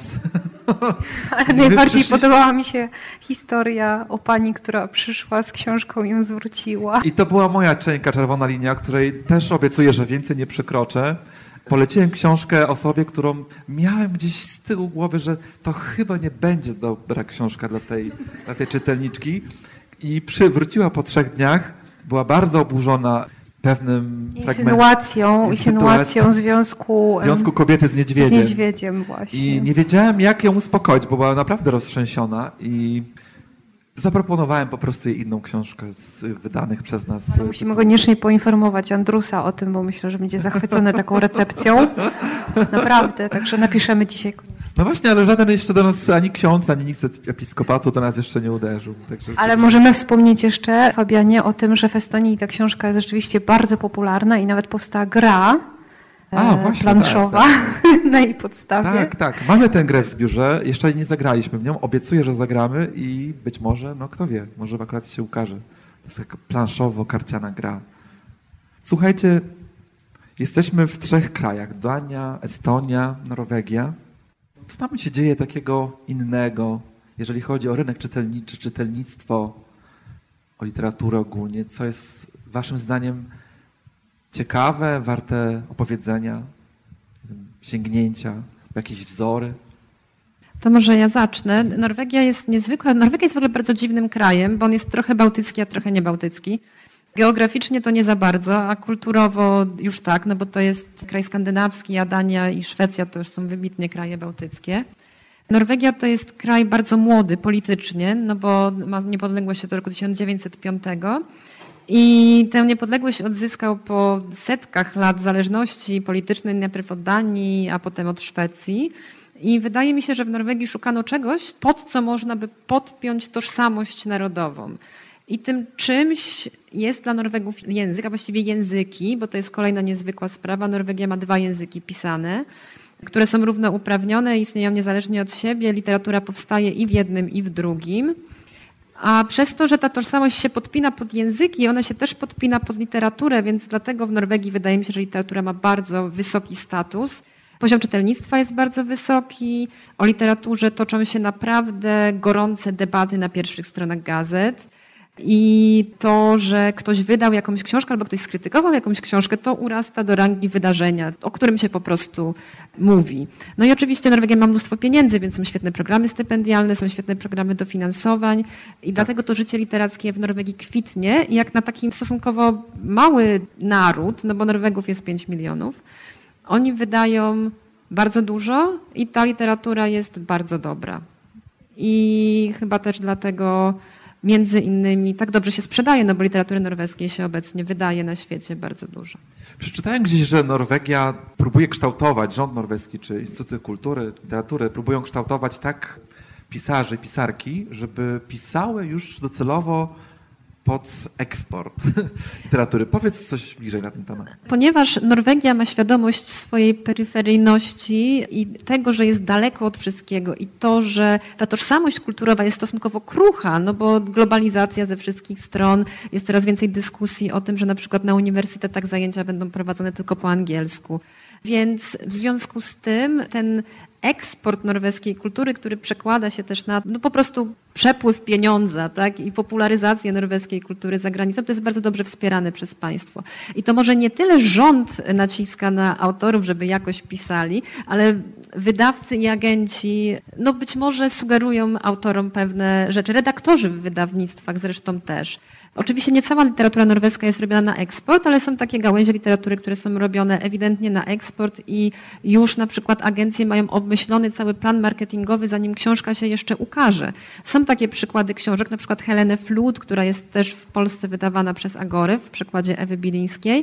Ale najbardziej podobała mi się historia o pani, która przyszła z książką i ją zwróciła. I to była moja cienka czerwona linia, której też obiecuję, że więcej nie przekroczę. Poleciłem książkę osobie, którą miałem gdzieś z tyłu głowy, że to chyba nie będzie dobra książka dla tej, dla tej czytelniczki. I przywróciła po trzech dniach. Była bardzo oburzona pewnym insynuacją, insynuacją związku, związku kobiety z niedźwiedziem. Z niedźwiedziem właśnie. I nie wiedziałem, jak ją uspokoić, bo była naprawdę roztrzęsiona i zaproponowałem po prostu jej inną książkę z wydanych przez nas. Ale musimy koniecznie poinformować Andrusa o tym, bo myślę, że będzie zachwycony taką recepcją. Naprawdę, także napiszemy dzisiaj. No właśnie, ale żaden jeszcze do nas, ani ksiądz, ani nikt z episkopatu do nas jeszcze nie uderzył. Także ale możemy wspomnieć jeszcze, Fabianie, o tym, że w Estonii ta książka jest rzeczywiście bardzo popularna i nawet powstała gra A, właśnie, planszowa tak, tak. na jej podstawie. Tak, tak. Mamy tę grę w biurze, jeszcze nie zagraliśmy w nią. Obiecuję, że zagramy i być może, no kto wie, może akurat się ukaże. To jest taka planszowo-karciana gra. Słuchajcie, jesteśmy w trzech krajach. Dania, Estonia, Norwegia. Co tam się dzieje takiego innego, jeżeli chodzi o rynek czytelniczy, czytelnictwo, o literaturę ogólnie? Co jest waszym zdaniem ciekawe, warte opowiedzenia, sięgnięcia, jakieś wzory? To może ja zacznę. Norwegia jest niezwykła. Norwegia jest w ogóle bardzo dziwnym krajem, bo on jest trochę bałtycki, a trochę niebałtycki. Geograficznie to nie za bardzo, a kulturowo już tak, no bo to jest kraj skandynawski, a Dania i Szwecja to już są wybitnie kraje bałtyckie. Norwegia to jest kraj bardzo młody politycznie, no bo ma niepodległość do roku tysiąc dziewięćset piątego i tę niepodległość odzyskał po setkach lat zależności politycznej, najpierw od Danii, a potem od Szwecji. I wydaje mi się, że w Norwegii szukano czegoś, pod co można by podpiąć tożsamość narodową. I tym czymś jest dla Norwegów język, a właściwie języki, bo to jest kolejna niezwykła sprawa. Norwegia ma dwa języki pisane, które są równouprawnione i istnieją niezależnie od siebie. Literatura powstaje i w jednym, i w drugim. A przez to, że ta tożsamość się podpina pod języki, ona się też podpina pod literaturę, więc dlatego w Norwegii wydaje mi się, że literatura ma bardzo wysoki status. Poziom czytelnictwa jest bardzo wysoki. O literaturze toczą się naprawdę gorące debaty na pierwszych stronach gazet. I to, że ktoś wydał jakąś książkę albo ktoś skrytykował jakąś książkę, to urasta do rangi wydarzenia, o którym się po prostu mówi. No i oczywiście Norwegia ma mnóstwo pieniędzy, więc są świetne programy stypendialne, są świetne programy dofinansowań i dlatego to życie literackie w Norwegii kwitnie. I jak na taki stosunkowo mały naród, no bo Norwegów jest pięć milionów, oni wydają bardzo dużo i ta literatura jest bardzo dobra. I chyba też dlatego między innymi tak dobrze się sprzedaje, no bo literatury norweskiej się obecnie wydaje na świecie bardzo dużo. Przeczytałem gdzieś, że Norwegia próbuje kształtować, rząd norweski czy Instytuty Kultury, Literatury próbują kształtować tak pisarzy i pisarki, żeby pisały już docelowo pod eksport literatury. Powiedz coś bliżej na ten temat. Ponieważ Norwegia ma świadomość swojej peryferyjności i tego, że jest daleko od wszystkiego i to, że ta tożsamość kulturowa jest stosunkowo krucha, no bo globalizacja ze wszystkich stron, jest coraz więcej dyskusji o tym, że na przykład na uniwersytetach zajęcia będą prowadzone tylko po angielsku. Więc w związku z tym ten eksport norweskiej kultury, który przekłada się też na no po prostu przepływ pieniądza, tak, i popularyzację norweskiej kultury za granicą, to jest bardzo dobrze wspierane przez państwo. I to może nie tyle rząd naciska na autorów, żeby jakoś pisali, ale wydawcy i agenci no być może sugerują autorom pewne rzeczy. Redaktorzy w wydawnictwach zresztą też. Oczywiście nie cała literatura norweska jest robiona na eksport, ale są takie gałęzie literatury, które są robione ewidentnie na eksport i już na przykład agencje mają obmyślony cały plan marketingowy, zanim książka się jeszcze ukaże. Są takie przykłady książek, na przykład Heleny Flood, która jest też w Polsce wydawana przez Agorę w przekładzie Ewy Bilińskiej.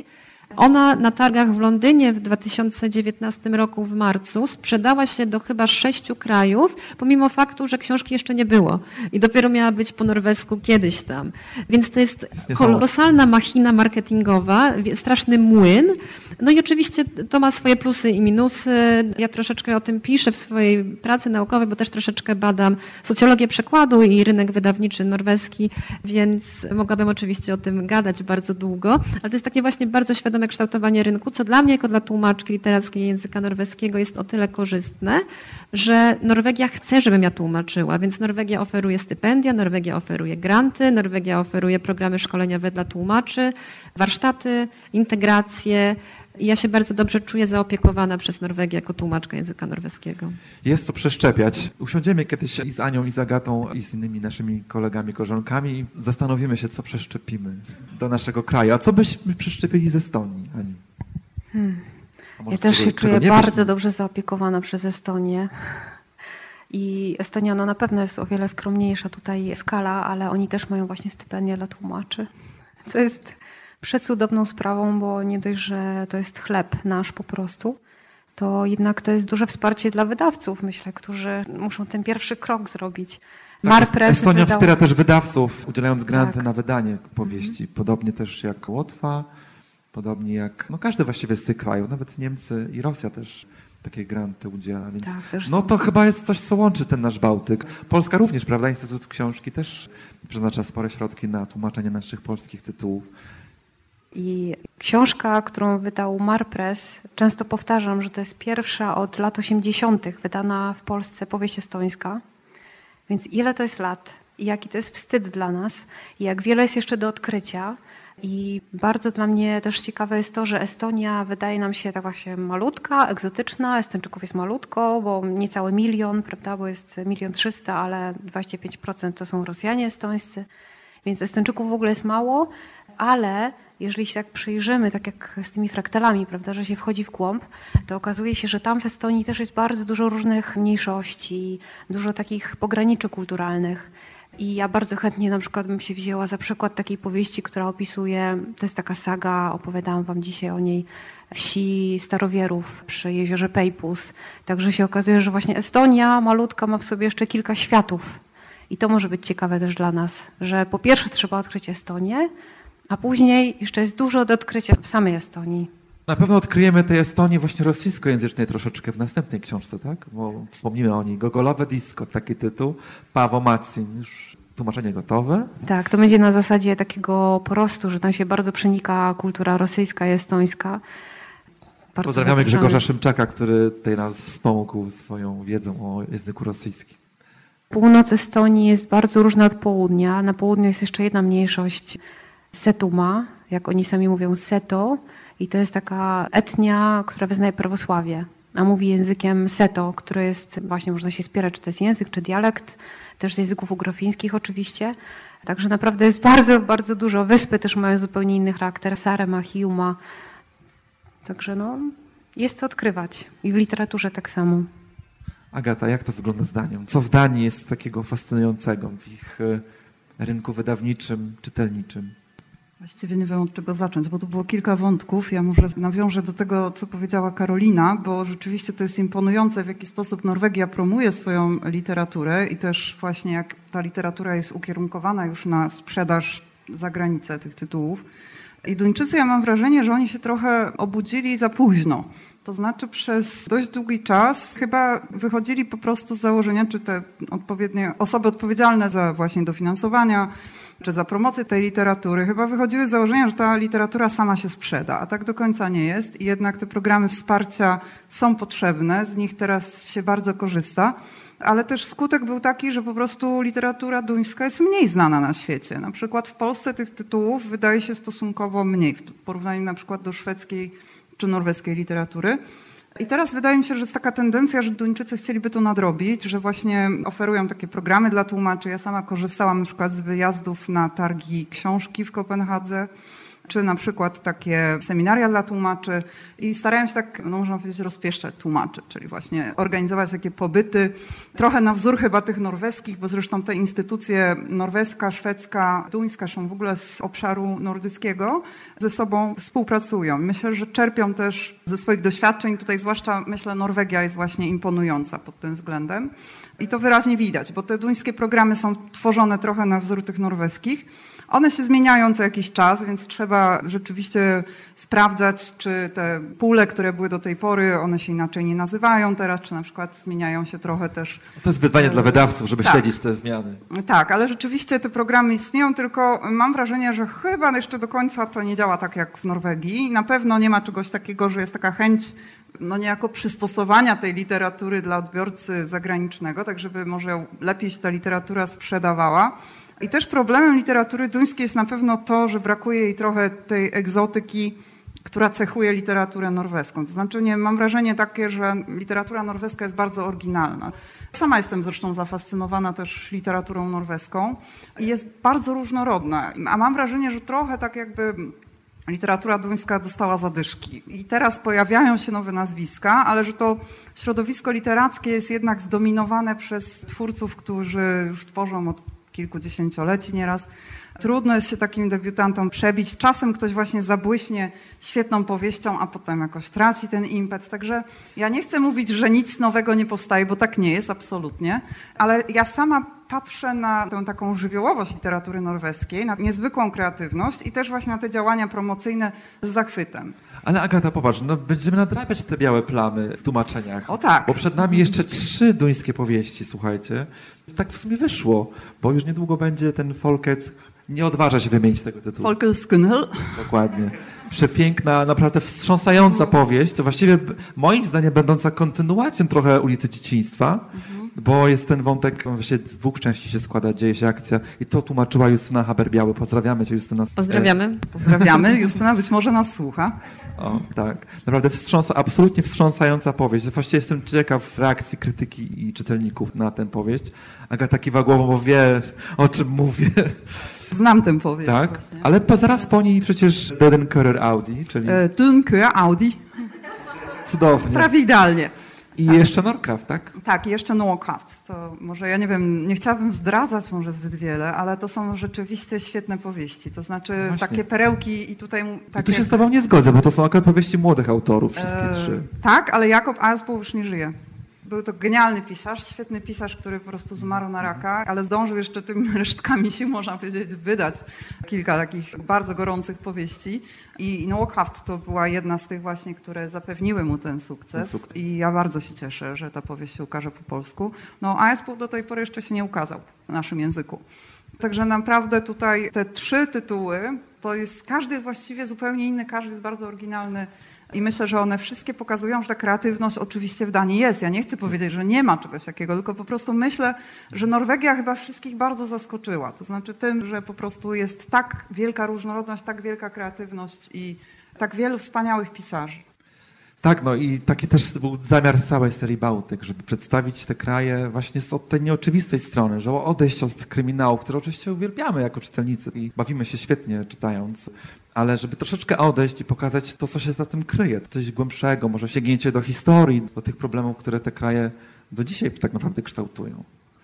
Ona na targach w Londynie w dwa tysiące dziewiętnastym roku w marcu sprzedała się do chyba sześciu krajów, pomimo faktu, że książki jeszcze nie było i dopiero miała być po norwesku kiedyś tam. Więc to jest kolosalna machina marketingowa, straszny młyn. No i oczywiście to ma swoje plusy i minusy. Ja troszeczkę o tym piszę w swojej pracy naukowej, bo też troszeczkę badam socjologię przekładu i rynek wydawniczy norweski, więc mogłabym oczywiście o tym gadać bardzo długo, ale to jest takie właśnie bardzo świadome kształtowanie rynku, co dla mnie jako dla tłumaczki literackiej języka norweskiego jest o tyle korzystne, że Norwegia chce, żebym ja tłumaczyła, więc Norwegia oferuje stypendia, Norwegia oferuje granty, Norwegia oferuje programy szkoleniowe dla tłumaczy, warsztaty, integracje. I ja się bardzo dobrze czuję zaopiekowana przez Norwegię jako tłumaczka języka norweskiego. Jest to przeszczepiać. Usiądziemy kiedyś i z Anią, i z Agatą, i z innymi naszymi kolegami, koleżankami i zastanowimy się, co przeszczepimy do naszego kraju. A co byśmy przeszczepili z Estonii, Ani? Hmm. Ja też czego, się czuję bardzo byśmy... dobrze zaopiekowana przez Estonię. I Estonia no, na pewno jest o wiele skromniejsza tutaj skala, ale oni też mają właśnie stypendia dla tłumaczy. Co jest przecudowną sprawą, bo nie dość, że to jest chleb nasz po prostu, to jednak to jest duże wsparcie dla wydawców, myślę, którzy muszą ten pierwszy krok zrobić. Tak, Estonia wydał... wspiera też wydawców, udzielając granty tak. na wydanie powieści. Mhm. Podobnie też jak Łotwa, podobnie jak no każdy właściwie z tych krajów, nawet Niemcy i Rosja też takie granty udziela. Więc tak, no są. to chyba jest coś, co łączy ten nasz Bałtyk. Polska również, prawda? Instytut Książki też przeznacza spore środki na tłumaczenie naszych polskich tytułów. I książka, którą wydał Marpress, często powtarzam, że to jest pierwsza od lat osiemdziesiątych wydana w Polsce powieść estońska. Więc ile to jest lat i jaki to jest wstyd dla nas i jak wiele jest jeszcze do odkrycia. I bardzo dla mnie też ciekawe jest to, że Estonia wydaje nam się tak właśnie malutka, egzotyczna. Estończyków jest malutko, bo niecały milion, prawda, bo jest milion trzysta, ale dwadzieścia pięć procent to są Rosjanie estońscy. Więc Estończyków w ogóle jest mało, ale jeżeli się tak przyjrzymy, tak jak z tymi fraktalami, prawda, że się wchodzi w głąb, to okazuje się, że tam w Estonii też jest bardzo dużo różnych mniejszości, dużo takich pograniczy kulturalnych. I ja bardzo chętnie na przykład bym się wzięła za przykład takiej powieści, która opisuje, to jest taka saga, opowiadałam wam dzisiaj o niej, wsi Starowierów przy jeziorze Peipus. Także się okazuje, że właśnie Estonia malutka ma w sobie jeszcze kilka światów. I to może być ciekawe też dla nas, że po pierwsze trzeba odkryć Estonię, a później jeszcze jest dużo do odkrycia w samej Estonii. Na pewno odkryjemy tej Estonii właśnie rosyjskojęzycznej troszeczkę w następnej książce, tak? Bo wspomnimy o niej. Gogolowe disco, taki tytuł. Paweł Macin, już tłumaczenie gotowe. Tak, to będzie na zasadzie takiego porostu, że tam się bardzo przenika kultura rosyjska i estońska. Bardzo Pozdrawiamy zapraszamy. Grzegorza Szymczaka, który tutaj nas wspomógł swoją wiedzą o języku rosyjskim. Północ Estonii jest bardzo różna od południa. Na południu jest jeszcze jedna mniejszość, Setuma, jak oni sami mówią, Seto. I to jest taka etnia, która wyznaje prawosławie, a mówi językiem Seto, który jest, właśnie można się spierać, czy to jest język, czy dialekt, też z języków ugrofińskich oczywiście. Także naprawdę jest bardzo, bardzo dużo. Wyspy też mają zupełnie inny charakter, Sarema, Hiiumaa. Także no, jest co odkrywać. I w literaturze tak samo. Agata, jak to wygląda z Danią? Co w Danii jest takiego fascynującego w ich rynku wydawniczym, czytelniczym? Właściwie nie wiem, od czego zacząć, bo tu było kilka wątków. Ja może nawiążę do tego, co powiedziała Karolina, bo rzeczywiście to jest imponujące, w jaki sposób Norwegia promuje swoją literaturę i też właśnie jak ta literatura jest ukierunkowana już na sprzedaż za granicę tych tytułów. I Duńczycy, ja mam wrażenie, że oni się trochę obudzili za późno. To znaczy przez dość długi czas chyba wychodzili po prostu z założenia, czy te odpowiednie osoby odpowiedzialne za właśnie dofinansowania, czy za promocję tej literatury, chyba wychodziły z założenia, że ta literatura sama się sprzeda, a tak do końca nie jest i jednak te programy wsparcia są potrzebne, z nich teraz się bardzo korzysta, ale też skutek był taki, że po prostu literatura duńska jest mniej znana na świecie. Na przykład w Polsce tych tytułów wydaje się stosunkowo mniej w porównaniu na przykład do szwedzkiej czy norweskiej literatury. I teraz wydaje mi się, że jest taka tendencja, że Duńczycy chcieliby to nadrobić, że właśnie oferują takie programy dla tłumaczy. Ja sama korzystałam na przykład z wyjazdów na targi książki w Kopenhadze, czy na przykład takie seminaria dla tłumaczy i starają się tak, no można powiedzieć, rozpieszczać tłumaczy, czyli właśnie organizować takie pobyty, trochę na wzór chyba tych norweskich, bo zresztą te instytucje norweska, szwedzka, duńska są w ogóle z obszaru nordyckiego, ze sobą współpracują. Myślę, że czerpią też ze swoich doświadczeń, tutaj zwłaszcza myślę Norwegia jest właśnie imponująca pod tym względem i to wyraźnie widać, bo te duńskie programy są tworzone trochę na wzór tych norweskich. One się zmieniają co jakiś czas, więc trzeba rzeczywiście sprawdzać, czy te pule, które były do tej pory, one się inaczej nie nazywają teraz, czy na przykład zmieniają się trochę też. To jest wyzwanie dla wydawców, żeby tak. śledzić te zmiany. Tak, ale rzeczywiście te programy istnieją, tylko mam wrażenie, że chyba jeszcze do końca to nie działa tak jak w Norwegii. Na pewno nie ma czegoś takiego, że jest taka chęć no niejako przystosowania tej literatury dla odbiorcy zagranicznego, tak żeby może lepiej się ta literatura sprzedawała. I też problemem literatury duńskiej jest na pewno to, że brakuje jej trochę tej egzotyki, która cechuje literaturę norweską. To znaczy nie, mam wrażenie takie, że literatura norweska jest bardzo oryginalna. Sama jestem zresztą zafascynowana też literaturą norweską i jest bardzo różnorodna. A mam wrażenie, że trochę tak jakby literatura duńska dostała zadyszki. I teraz pojawiają się nowe nazwiska, ale że to środowisko literackie jest jednak zdominowane przez twórców, którzy już tworzą od kilkudziesięcioleci nieraz. Trudno jest się takim debiutantom przebić. Czasem ktoś właśnie zabłyśnie świetną powieścią, a potem jakoś traci ten impet. Także ja nie chcę mówić, że nic nowego nie powstaje, bo tak nie jest absolutnie, ale ja sama patrzę na tę taką żywiołowość literatury norweskiej, na niezwykłą kreatywność i też właśnie na te działania promocyjne z zachwytem. Ale Agata, popatrz, no będziemy nadrabiać te białe plamy w tłumaczeniach. O tak. Bo przed nami jeszcze trzy duńskie powieści, słuchajcie. Tak w sumie wyszło, bo już niedługo będzie ten Folkets. Nie odważa się wymienić tego tytułu. Folkeskunnel. Dokładnie. Przepiękna, naprawdę wstrząsająca powieść, to właściwie moim zdaniem będąca kontynuacją trochę Ulicy Dzieciństwa, mhm. bo jest ten wątek, właściwie z dwóch części się składa, dzieje się akcja i to tłumaczyła Justyna Haber-Biały. Pozdrawiamy cię, Justyna. Pozdrawiamy. Pozdrawiamy. Justyna być może nas słucha. O, tak. Naprawdę wstrząsa, absolutnie wstrząsająca powieść. Właściwie jestem ciekaw reakcji krytyki i czytelników na tę powieść. Agata kiwa głową, bo wie, o czym mówię. Znam tę powieść. Tak, właśnie. ale po, zaraz po niej przecież Dunkerque Audi, czyli... E, Dunkerque Audi. Cudownie. Prawie idealnie. I tak. jeszcze Norcraft, tak? Tak, jeszcze Norcraft. To może ja nie wiem, nie chciałabym zdradzać może zbyt wiele, ale to są rzeczywiście świetne powieści. To znaczy no takie perełki i tutaj... Takie... I tu się z tobą nie zgodzę, bo to są akurat powieści młodych autorów, wszystkie e, trzy. Tak, ale Jakob Asbø już nie żyje. Był to genialny pisarz, świetny pisarz, który po prostu zmarł na raka, ale zdążył jeszcze tymi resztkami sił, można powiedzieć, wydać kilka takich bardzo gorących powieści. I Norcraft to była jedna z tych właśnie, które zapewniły mu ten sukces. Ten sukces. I ja bardzo się cieszę, że ta powieść się ukaże po polsku. No, Asbø do tej pory jeszcze się nie ukazał w naszym języku. Także naprawdę tutaj te trzy tytuły, to jest, każdy jest właściwie zupełnie inny, każdy jest bardzo oryginalny. I myślę, że one wszystkie pokazują, że ta kreatywność oczywiście w Danii jest. Ja nie chcę powiedzieć, że nie ma czegoś takiego, tylko po prostu myślę, że Norwegia chyba wszystkich bardzo zaskoczyła. To znaczy tym, że po prostu jest tak wielka różnorodność, tak wielka kreatywność i tak wielu wspaniałych pisarzy. Tak, no i taki też był zamiar całej serii Bałtyk, żeby przedstawić te kraje właśnie z od tej nieoczywistej strony, że odejść od kryminału, które oczywiście uwielbiamy jako czytelnicy i bawimy się świetnie czytając, ale żeby troszeczkę odejść i pokazać to, co się za tym kryje, coś głębszego, może sięgnięcie do historii, do tych problemów, które te kraje do dzisiaj tak naprawdę kształtują.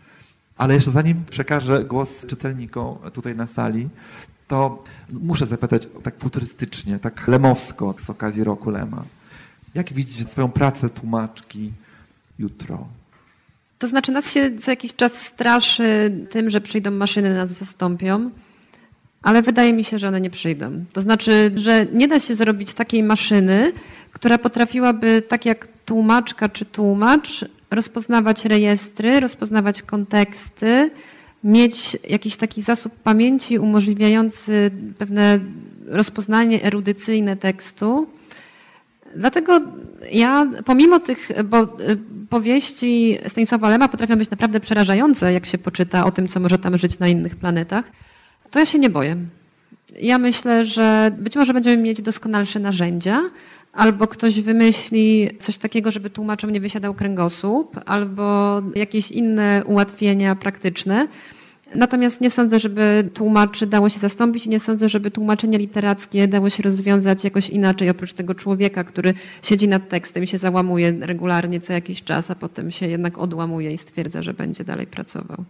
Ale jeszcze zanim przekażę głos czytelnikom tutaj na sali, to muszę zapytać tak futurystycznie, tak lemowsko z okazji roku Lema. Jak widzicie swoją pracę tłumaczki jutro? To znaczy nas się co jakiś czas straszy tym, że przyjdą maszyny, nas zastąpią, ale wydaje mi się, że one nie przyjdą. To znaczy, że nie da się zrobić takiej maszyny, która potrafiłaby tak jak tłumaczka czy tłumacz rozpoznawać rejestry, rozpoznawać konteksty, mieć jakiś taki zasób pamięci umożliwiający pewne rozpoznanie erudycyjne tekstu. Dlatego ja, pomimo tych bo, powieści Stanisława Lema potrafią być naprawdę przerażające, jak się poczyta o tym, co może tam żyć na innych planetach, to ja się nie boję. Ja myślę, że być może będziemy mieć doskonalsze narzędzia, albo ktoś wymyśli coś takiego, żeby tłumaczom nie wysiadał kręgosłup, albo jakieś inne ułatwienia praktyczne, Natomiast nie sądzę, żeby tłumaczy dało się zastąpić i nie sądzę, żeby tłumaczenie literackie dało się rozwiązać jakoś inaczej oprócz tego człowieka, który siedzi nad tekstem i się załamuje regularnie co jakiś czas, a potem się jednak odłamuje i stwierdza, że będzie dalej pracował.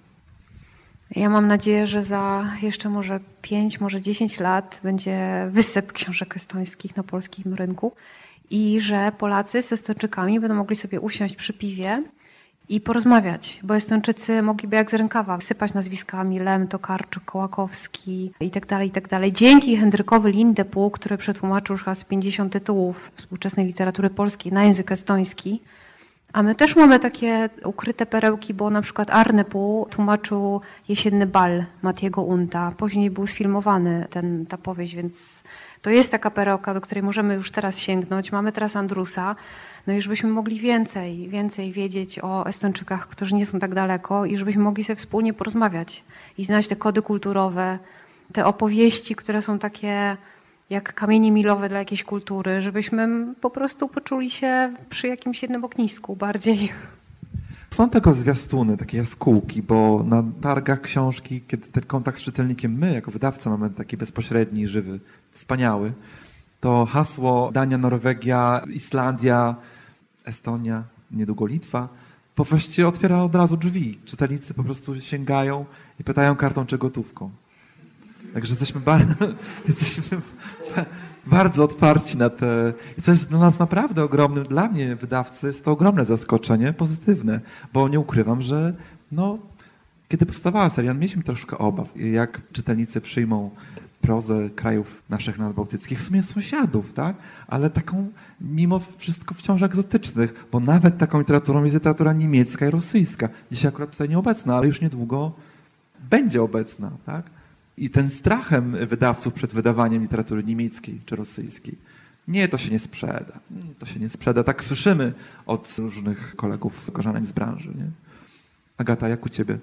Ja mam nadzieję, że za jeszcze może pięć, może dziesięć lat będzie wysyp książek estońskich na polskim rynku i że Polacy z Estończykami będą mogli sobie usiąść przy piwie i porozmawiać, bo Estończycy mogliby jak z rękawa sypać nazwiskami Lem, Tokarczuk, Kołakowski i tak dalej, i tak dalej. Dzięki Henrykowi Lindepu, który przetłumaczył już chyba z pięćdziesiąt tytułów współczesnej literatury polskiej na język estoński. A my też mamy takie ukryte perełki, bo na przykład Arnepu tłumaczył Jesienny bal Matiego Unta. Później był sfilmowany ten, ta powieść, więc to jest taka perełka, do której możemy już teraz sięgnąć. Mamy teraz Andrusa. No i żebyśmy mogli więcej, więcej wiedzieć o Estończykach, którzy nie są tak daleko i żebyśmy mogli sobie wspólnie porozmawiać i znać te kody kulturowe, te opowieści, które są takie jak kamienie milowe dla jakiejś kultury, żebyśmy po prostu poczuli się przy jakimś jednym ognisku bardziej. Są tego zwiastuny, takie jaskółki, bo na targach książki, kiedy ten kontakt z czytelnikiem my, jako wydawca, mamy taki bezpośredni, żywy, wspaniały, to hasło Dania, Norwegia, Islandia, Estonia, niedługo Litwa, po prostu otwiera od razu drzwi. Czytelnicy po prostu sięgają i pytają kartą czy gotówką. Także jesteśmy bardzo, jesteśmy bardzo otwarci na te... I co jest dla nas naprawdę ogromnym, dla mnie, wydawcy, jest to ogromne zaskoczenie, pozytywne, bo nie ukrywam, że no, kiedy powstawała seria, mieliśmy troszkę obaw, jak czytelnicy przyjmą prozę krajów naszych nadbałtyckich, w sumie sąsiadów, tak? Ale taką mimo wszystko wciąż egzotycznych, bo nawet taką literaturą jest literatura niemiecka i rosyjska. Dzisiaj akurat tutaj nieobecna, ale już niedługo będzie obecna, tak? I ten strachem wydawców przed wydawaniem literatury niemieckiej czy rosyjskiej. Nie, to się nie sprzeda. To się nie sprzeda. Tak słyszymy od różnych kolegów, koleżanek z branży. Nie? Agata, jak u ciebie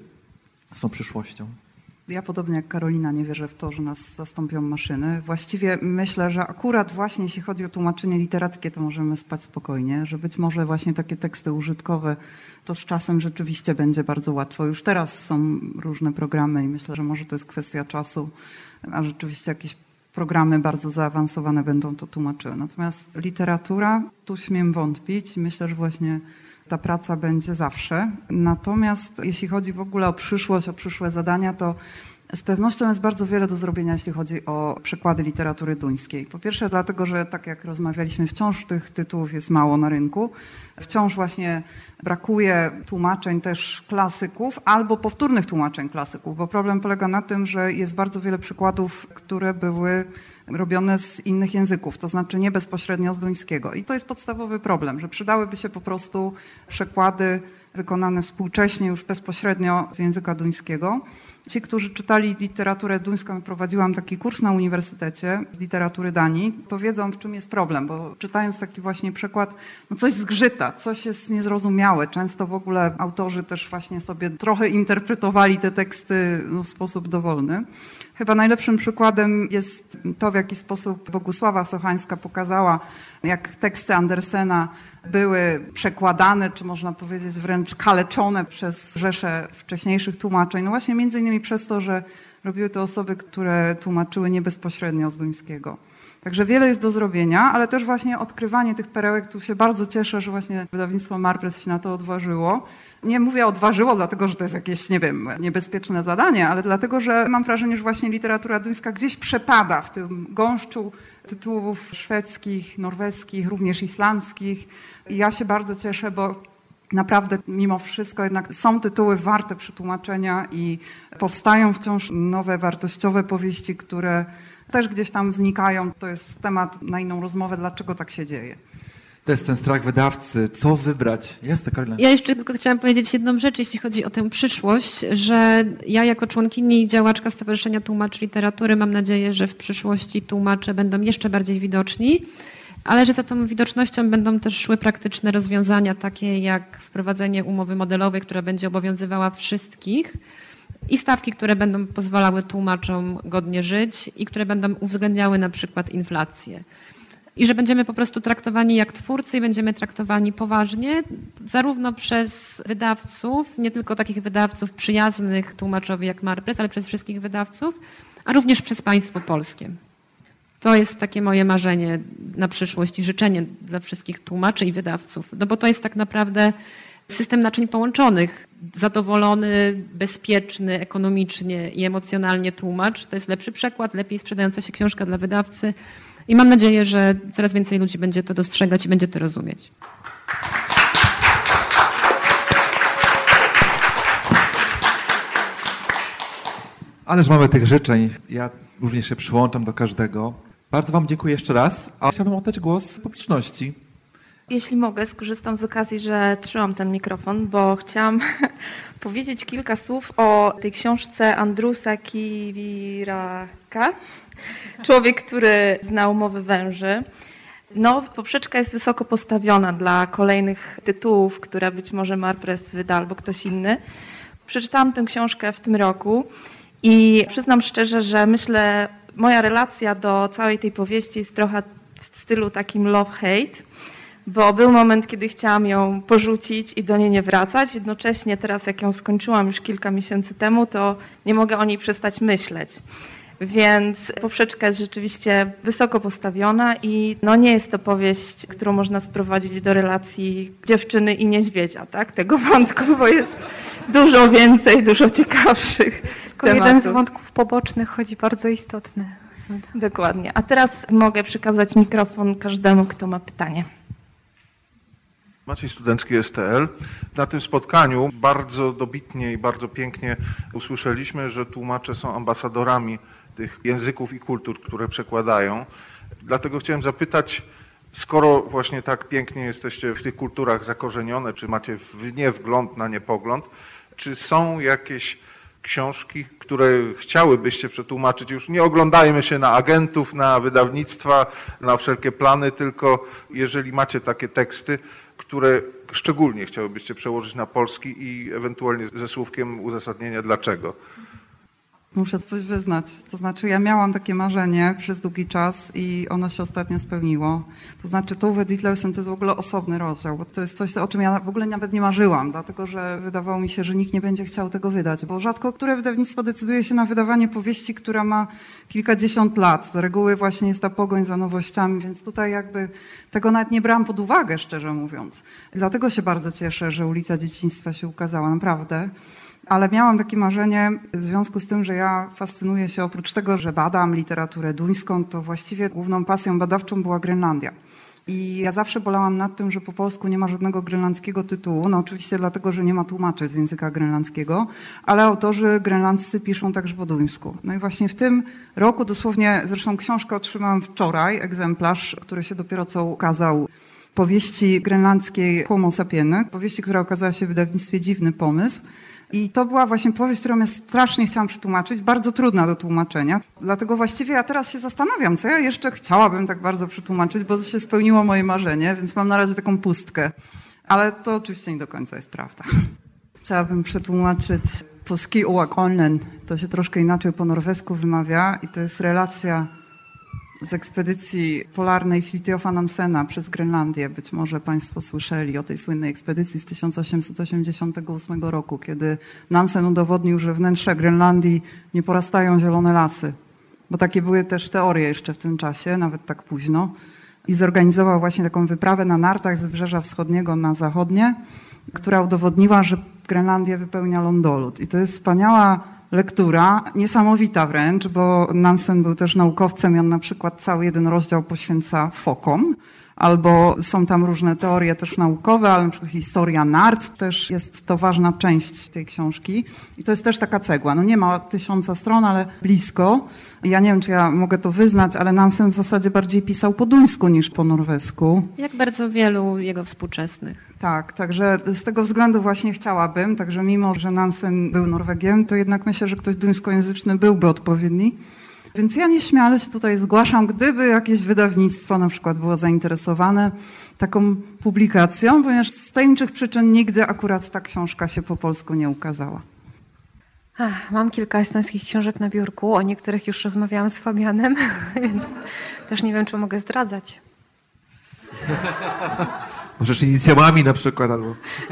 z tą przyszłością? Ja podobnie jak Karolina nie wierzę w to, że nas zastąpią maszyny. Właściwie myślę, że akurat właśnie jeśli chodzi o tłumaczenie literackie, to możemy spać spokojnie, że być może właśnie takie teksty użytkowe to z czasem rzeczywiście będzie bardzo łatwo. Już teraz są różne programy i myślę, że może to jest kwestia czasu, a rzeczywiście jakieś programy bardzo zaawansowane będą to tłumaczyły. Natomiast literatura, tu śmiem wątpić. Myślę, że właśnie ta praca będzie zawsze. Natomiast jeśli chodzi w ogóle o przyszłość, o przyszłe zadania, to z pewnością jest bardzo wiele do zrobienia, jeśli chodzi o przekłady literatury duńskiej. Po pierwsze dlatego, że tak jak rozmawialiśmy, wciąż tych tytułów jest mało na rynku. Wciąż właśnie brakuje tłumaczeń też klasyków albo powtórnych tłumaczeń klasyków, bo problem polega na tym, że jest bardzo wiele przykładów, które były robione z innych języków, to znaczy nie bezpośrednio z duńskiego. I to jest podstawowy problem, że przydałyby się po prostu przekłady wykonane współcześnie już bezpośrednio z języka duńskiego. Ci, którzy czytali literaturę duńską, prowadziłam taki kurs na uniwersytecie z literatury Danii, to wiedzą, w czym jest problem, bo czytając taki właśnie przekład, no coś zgrzyta, coś jest niezrozumiałe. Często w ogóle autorzy też właśnie sobie trochę interpretowali te teksty no, w sposób dowolny. Chyba najlepszym przykładem jest to, w jaki sposób Bogusława Sochańska pokazała, jak teksty Andersena były przekładane, czy można powiedzieć wręcz kaleczone przez rzeszę wcześniejszych tłumaczeń. No właśnie między innymi przez to, że robiły to osoby, które tłumaczyły nie bezpośrednio z duńskiego. Także wiele jest do zrobienia, ale też właśnie odkrywanie tych perełek. Tu się bardzo cieszę, że właśnie wydawnictwo Marpress się na to odważyło. Nie mówię odważyło, dlatego że to jest jakieś, nie wiem, niebezpieczne zadanie, ale dlatego, że mam wrażenie, że właśnie literatura duńska gdzieś przepada w tym gąszczu tytułów szwedzkich, norweskich, również islandzkich. I ja się bardzo cieszę, bo naprawdę mimo wszystko jednak są tytuły warte przetłumaczenia i powstają wciąż nowe, wartościowe powieści, które też gdzieś tam znikają. To jest temat na inną rozmowę, dlaczego tak się dzieje. To jest ten strach wydawcy. Co wybrać? Jest to, Karolina. Ja jeszcze tylko chciałam powiedzieć jedną rzecz, jeśli chodzi o tę przyszłość, że ja jako członkini i działaczka Stowarzyszenia Tłumaczy Literatury mam nadzieję, że w przyszłości tłumacze będą jeszcze bardziej widoczni, ale że za tą widocznością będą też szły praktyczne rozwiązania, takie jak wprowadzenie umowy modelowej, która będzie obowiązywała wszystkich, i stawki, które będą pozwalały tłumaczom godnie żyć i które będą uwzględniały na przykład inflację. i że będziemy po prostu traktowani jak twórcy i będziemy traktowani poważnie, zarówno przez wydawców, nie tylko takich wydawców przyjaznych tłumaczowi jak Marpress, ale przez wszystkich wydawców, a również przez państwo polskie. To jest takie moje marzenie na przyszłość i życzenie dla wszystkich tłumaczy i wydawców, no bo to jest tak naprawdę system naczyń połączonych. Zadowolony, bezpieczny, ekonomicznie i emocjonalnie tłumacz to jest lepszy przekład, lepiej sprzedająca się książka dla wydawcy i mam nadzieję, że coraz więcej ludzi będzie to dostrzegać i będzie to rozumieć. Ależ mamy tych życzeń. Ja również się przyłączam do każdego. Bardzo wam dziękuję jeszcze raz, a chciałbym oddać głos publiczności. Jeśli mogę, skorzystam z okazji, że trzymam ten mikrofon, bo chciałam powiedzieć kilka słów o tej książce Andrusa Kiviraka, Człowiek, który znał mowy węży. No, poprzeczka jest wysoko postawiona dla kolejnych tytułów, które być może Marpress wyda albo ktoś inny. Przeczytałam tę książkę w tym roku i przyznam szczerze, że myślę, moja relacja do całej tej powieści jest trochę w stylu takim love-hate, bo był moment, kiedy chciałam ją porzucić i do niej nie wracać. Jednocześnie teraz, jak ją skończyłam już kilka miesięcy temu, to nie mogę o niej przestać myśleć. Więc poprzeczka jest rzeczywiście wysoko postawiona i no nie jest to powieść, którą można sprowadzić do relacji dziewczyny i niedźwiedzia, tak? Tego wątku, bo jest dużo więcej, dużo ciekawszych Tylko tematów. jeden z wątków pobocznych, choć bardzo istotny. Dokładnie. A teraz mogę przekazać mikrofon każdemu, kto ma pytanie. Maciej Studencki, S T L. Na tym spotkaniu bardzo dobitnie i bardzo pięknie usłyszeliśmy, że tłumacze są ambasadorami tych języków i kultur, które przekładają. Dlatego chciałem zapytać, skoro właśnie tak pięknie jesteście w tych kulturach zakorzenione, czy macie w nie wgląd na nie pogląd, czy są jakieś książki, które chciałybyście przetłumaczyć? Już nie oglądajmy się na agentów, na wydawnictwa, na wszelkie plany, tylko jeżeli macie takie teksty, które szczególnie chciałybyście przełożyć na polski i ewentualnie ze słówkiem uzasadnienia dlaczego. Muszę coś wyznać. To znaczy ja miałam takie marzenie przez długi czas i ono się ostatnio spełniło. To znaczy Tove Ditlevsen to jest w ogóle osobny rozdział, bo to jest coś, o czym ja w ogóle nawet nie marzyłam, dlatego że wydawało mi się, że nikt nie będzie chciał tego wydać, bo rzadko które wydawnictwo decyduje się na wydawanie powieści, która ma kilkadziesiąt lat. Z reguły właśnie jest ta pogoń za nowościami, więc tutaj jakby tego nawet nie brałam pod uwagę, szczerze mówiąc. Dlatego się bardzo cieszę, że Ulica Dzieciństwa się ukazała, naprawdę. Ale miałam takie marzenie w związku z tym, że ja fascynuję się, oprócz tego, że badam literaturę duńską, to właściwie główną pasją badawczą była Grenlandia. I ja zawsze bolałam nad tym, że po polsku nie ma żadnego grenlandzkiego tytułu. No oczywiście dlatego, że nie ma tłumaczy z języka grenlandzkiego, ale autorzy grenlandzcy piszą także po duńsku. No i właśnie w tym roku dosłownie, zresztą książkę otrzymałam wczoraj, egzemplarz, który się dopiero co ukazał, powieści grenlandzkiej Homo sapiens, powieści, która okazała się w wydawnictwie Dziwny Pomysł. I to była właśnie powieść, którą ja strasznie chciałam przetłumaczyć, bardzo trudna do tłumaczenia. Dlatego właściwie ja teraz się zastanawiam, co ja jeszcze chciałabym tak bardzo przetłumaczyć, bo się spełniło moje marzenie, więc mam na razie taką pustkę. Ale to oczywiście nie do końca jest prawda. Chciałabym przetłumaczyć Polski Oakonen. To się troszkę inaczej po norwesku wymawia i to jest relacja z ekspedycji polarnej Fridtjofa Nansena przez Grenlandię. Być może Państwo słyszeli o tej słynnej ekspedycji z tysiąc osiemset osiemdziesiątego ósmego roku, kiedy Nansen udowodnił, że wnętrze Grenlandii nie porastają zielone lasy. Bo takie były też teorie jeszcze w tym czasie, nawet tak późno. I zorganizował właśnie taką wyprawę na nartach z Wybrzeża Wschodniego na zachodnie, która udowodniła, że Grenlandię wypełnia lądolód. I to jest wspaniała lektura, niesamowita wręcz, bo Nansen był też naukowcem i on na przykład cały jeden rozdział poświęca fokom, albo są tam różne teorie też naukowe, ale na przykład historia nart też jest to ważna część tej książki. I to jest też taka cegła. No nie ma tysiąca stron, ale blisko. Ja nie wiem, czy ja mogę to wyznać, ale Nansen w zasadzie bardziej pisał po duńsku niż po norwesku. Jak bardzo wielu jego współczesnych. Tak, także z tego względu właśnie chciałabym, także mimo, że Nansen był Norwegiem, to jednak myślę, że ktoś duńskojęzyczny byłby odpowiedni. Więc ja nieśmiale się tutaj zgłaszam, gdyby jakieś wydawnictwo na przykład było zainteresowane taką publikacją, ponieważ z tajemniczych przyczyn nigdy akurat ta książka się po polsku nie ukazała. Ach, mam kilka estońskich książek na biurku, o niektórych już rozmawiałam z Fabianem, więc też nie wiem, czy mogę zdradzać. Możesz inicjałami na przykład albo...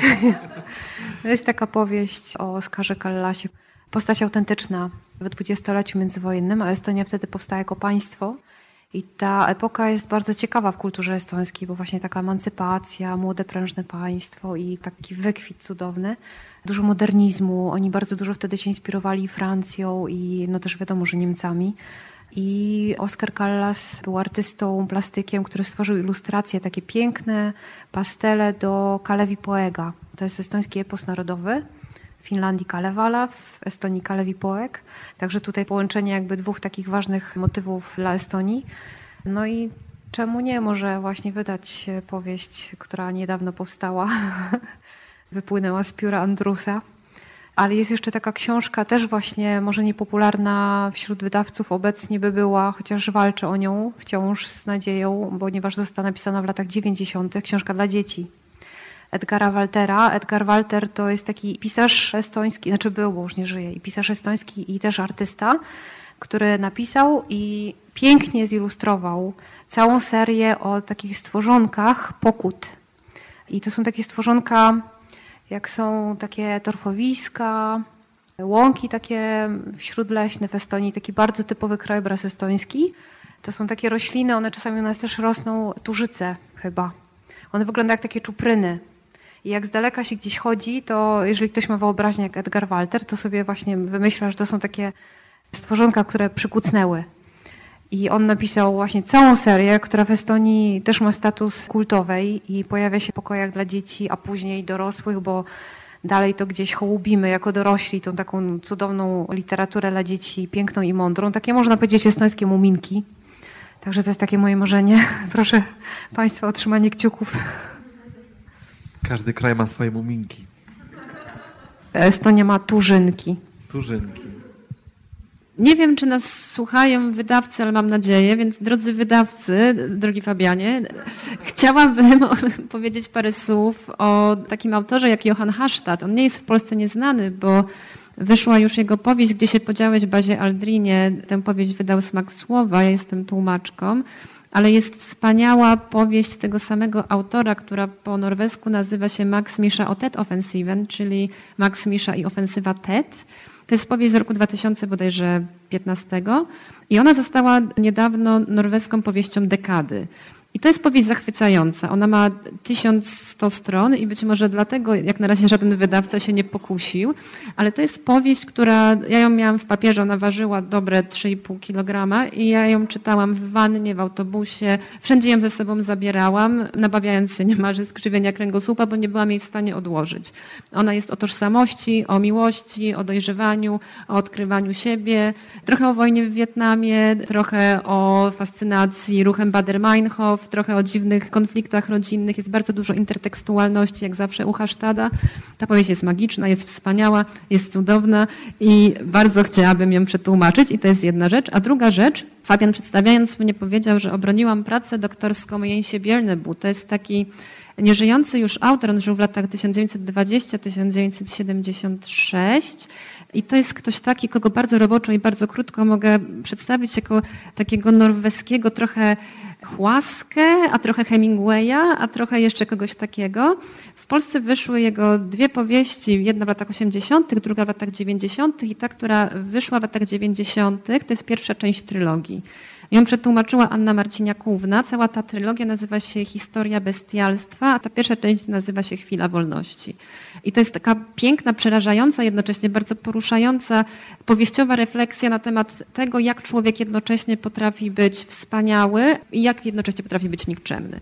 To jest taka powieść o Oskarze Kallasie. Postać autentyczna w dwudziestoleciu międzywojennym, a Estonia wtedy powstała jako państwo. I ta epoka jest bardzo ciekawa w kulturze estońskiej, bo właśnie taka emancypacja, młode, prężne państwo i taki wykwit cudowny. Dużo modernizmu. Oni bardzo dużo wtedy się inspirowali Francją i no też wiadomo, że Niemcami. I Oskar Kallas był artystą, plastykiem, który stworzył ilustracje, takie piękne pastele do Kalevi Poega. To jest estoński epos narodowy. W Finlandii Kalevala, w Estonii Kalevi Poeg. Także tutaj połączenie jakby dwóch takich ważnych motywów dla Estonii. No i czemu nie? Może właśnie wydać powieść, która niedawno powstała. Wypłynęła z pióra Andrusa. Ale jest jeszcze taka książka, też właśnie może niepopularna wśród wydawców obecnie by była, chociaż walczę o nią wciąż z nadzieją, ponieważ została napisana w latach dziewięćdziesiątych. Książka dla dzieci Edgara Waltera. Edgar Walter to jest taki pisarz estoński, znaczy był, bo już nie żyje, i pisarz estoński i też artysta, który napisał i pięknie zilustrował całą serię o takich stworzonkach pokut. I to są takie stworzonka, jak są takie torfowiska, łąki takie śródleśne w Estonii, taki bardzo typowy krajobraz estoński. To są takie rośliny, one czasami u nas też rosną, tużyce chyba. One wyglądają jak takie czupryny. I jak z daleka się gdzieś chodzi, to jeżeli ktoś ma wyobraźnię jak Edgar Walter, to sobie właśnie wymyśla, że to są takie stworzonka, które przykucnęły. I on napisał właśnie całą serię, która w Estonii też ma status kultowej i pojawia się w pokojach dla dzieci, a później dorosłych, bo dalej to gdzieś hołubimy jako dorośli tą taką cudowną literaturę dla dzieci, piękną i mądrą. Takie można powiedzieć estońskie muminki. Także to jest takie moje marzenie. Proszę Państwa o trzymanie kciuków. Każdy kraj ma swoje muminki. Estonia ma turzynki. Turzynki. Nie wiem, czy nas słuchają wydawcy, ale mam nadzieję, więc drodzy wydawcy, drogi Fabianie, chciałabym powiedzieć parę słów o takim autorze jak Johann Hastad. On nie jest w Polsce nieznany, bo wyszła już jego powieść, Gdzie się podziałeś, Bazie Aldrinie. Tę powieść wydał Smak Słowa, ja jestem tłumaczką, ale jest wspaniała powieść tego samego autora, która po norwesku nazywa się Max Mischa och Tet Offensiven, czyli Max Mischa i ofensywa Tet. To jest powieść z roku dwa tysiące bodajże piętnastego i ona została niedawno norweską powieścią dekady. I to jest powieść zachwycająca. Ona ma tysiąc sto stron i być może dlatego jak na razie żaden wydawca się nie pokusił, ale to jest powieść, która, ja ją miałam w papierze, ona ważyła dobre trzy i pół kilograma i ja ją czytałam w wannie, w autobusie, wszędzie ją ze sobą zabierałam, nabawiając się niemalże skrzywienia kręgosłupa, bo nie byłam jej w stanie odłożyć. Ona jest o tożsamości, o miłości, o dojrzewaniu, o odkrywaniu siebie, trochę o wojnie w Wietnamie, trochę o fascynacji ruchem Baader-Meinhof, trochę o dziwnych konfliktach rodzinnych. Jest bardzo dużo intertekstualności, jak zawsze u Hastада. Ta powieść jest magiczna, jest wspaniała, jest cudowna i bardzo chciałabym ją przetłumaczyć i to jest jedna rzecz. A druga rzecz, Fabian przedstawiając mnie powiedział, że obroniłam pracę doktorską Jęsie Bielnebu. To jest taki nieżyjący już autor, on żył w latach tysiąc dziewięćset dwudziestym do tysiąc dziewięćset siedemdziesiątego szóstego i to jest ktoś taki, kogo bardzo roboczo i bardzo krótko mogę przedstawić jako takiego norweskiego trochę Chłaskę, a trochę Hemingwaya, a trochę jeszcze kogoś takiego. W Polsce wyszły jego dwie powieści, jedna w latach osiemdziesiątych, druga w latach dziewięćdziesiątych i ta, która wyszła w latach dziewięćdziesiątych, to jest pierwsza część trylogii. Ją przetłumaczyła Anna Marciniakówna. Cała ta trylogia nazywa się Historia bestialstwa, a ta pierwsza część nazywa się Chwila wolności. I to jest taka piękna, przerażająca, jednocześnie bardzo poruszająca, powieściowa refleksja na temat tego, jak człowiek jednocześnie potrafi być wspaniały i jak jednocześnie potrafi być nikczemny.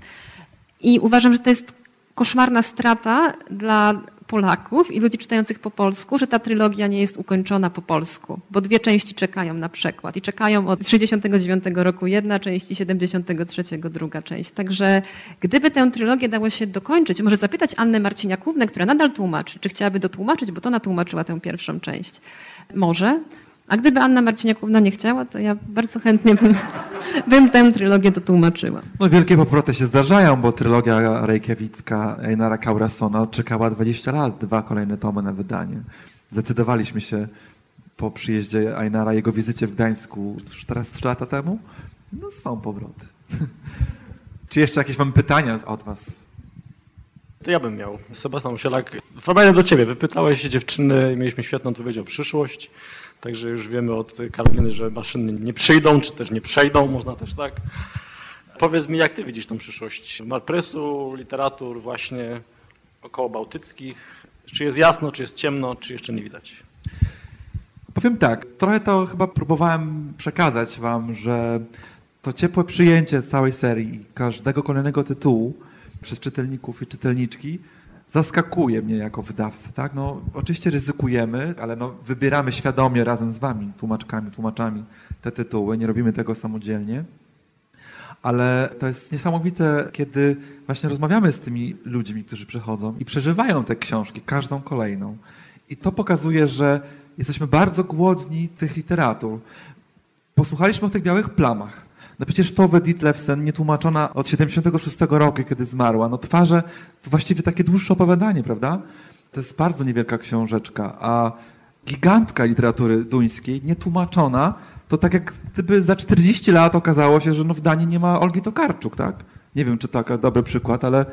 I uważam, że to jest koszmarna strata dla Polaków i ludzi czytających po polsku, że ta trylogia nie jest ukończona po polsku, bo dwie części czekają na przekład i czekają od sześćdziesiątego dziewiątego roku jedna część i siedemdziesiątego trzeciego druga część. Także gdyby tę trylogię dało się dokończyć, może zapytać Annę Marciniakównę, która nadal tłumaczy, czy chciałaby dotłumaczyć, bo to ona tłumaczyła tę pierwszą część. Może. A gdyby Anna Marciniakówna nie chciała, to ja bardzo chętnie bym, bym tę trylogię dotłumaczyła. No wielkie powroty się zdarzają, bo trylogia reykjawicka Einara Kaurasona czekała dwadzieścia lat, dwa kolejne tomy na wydanie. Zdecydowaliśmy się po przyjeździe Einara, jego wizycie w Gdańsku już teraz trzy lata temu. No są powroty. Czy jeszcze jakieś mam pytania od was? To ja bym miał. Sebastian Usielak, Fabianie, do ciebie. Wypytałeś się dziewczyny i mieliśmy świetną odpowiedź o przyszłość. Także już wiemy od Karoliny, że maszyny nie przyjdą, czy też nie przejdą, można też tak. Powiedz mi, jak ty widzisz tą przyszłość Marpresu, literatur właśnie okołobałtyckich? Czy jest jasno, czy jest ciemno, czy jeszcze nie widać? Powiem tak, trochę to chyba próbowałem przekazać wam, że to ciepłe przyjęcie całej serii i każdego kolejnego tytułu przez czytelników i czytelniczki zaskakuje mnie jako wydawcę. Tak? No, oczywiście ryzykujemy, ale no, wybieramy świadomie razem z wami, tłumaczkami, tłumaczami te tytuły, nie robimy tego samodzielnie. Ale to jest niesamowite, kiedy właśnie rozmawiamy z tymi ludźmi, którzy przychodzą i przeżywają te książki, każdą kolejną. I to pokazuje, że jesteśmy bardzo głodni tych literatur. Posłuchaliśmy o tych białych plamach. No przecież Tove Ditlevsen, nietłumaczona od siedemdziesiątego szóstego roku, kiedy zmarła, no twarze, to właściwie takie dłuższe opowiadanie, prawda? To jest bardzo niewielka książeczka, a gigantka literatury duńskiej, nietłumaczona, to tak jak gdyby za czterdzieści lat okazało się, że no w Danii nie ma Olgi Tokarczuk, tak? Nie wiem, czy to taki dobry przykład, ale...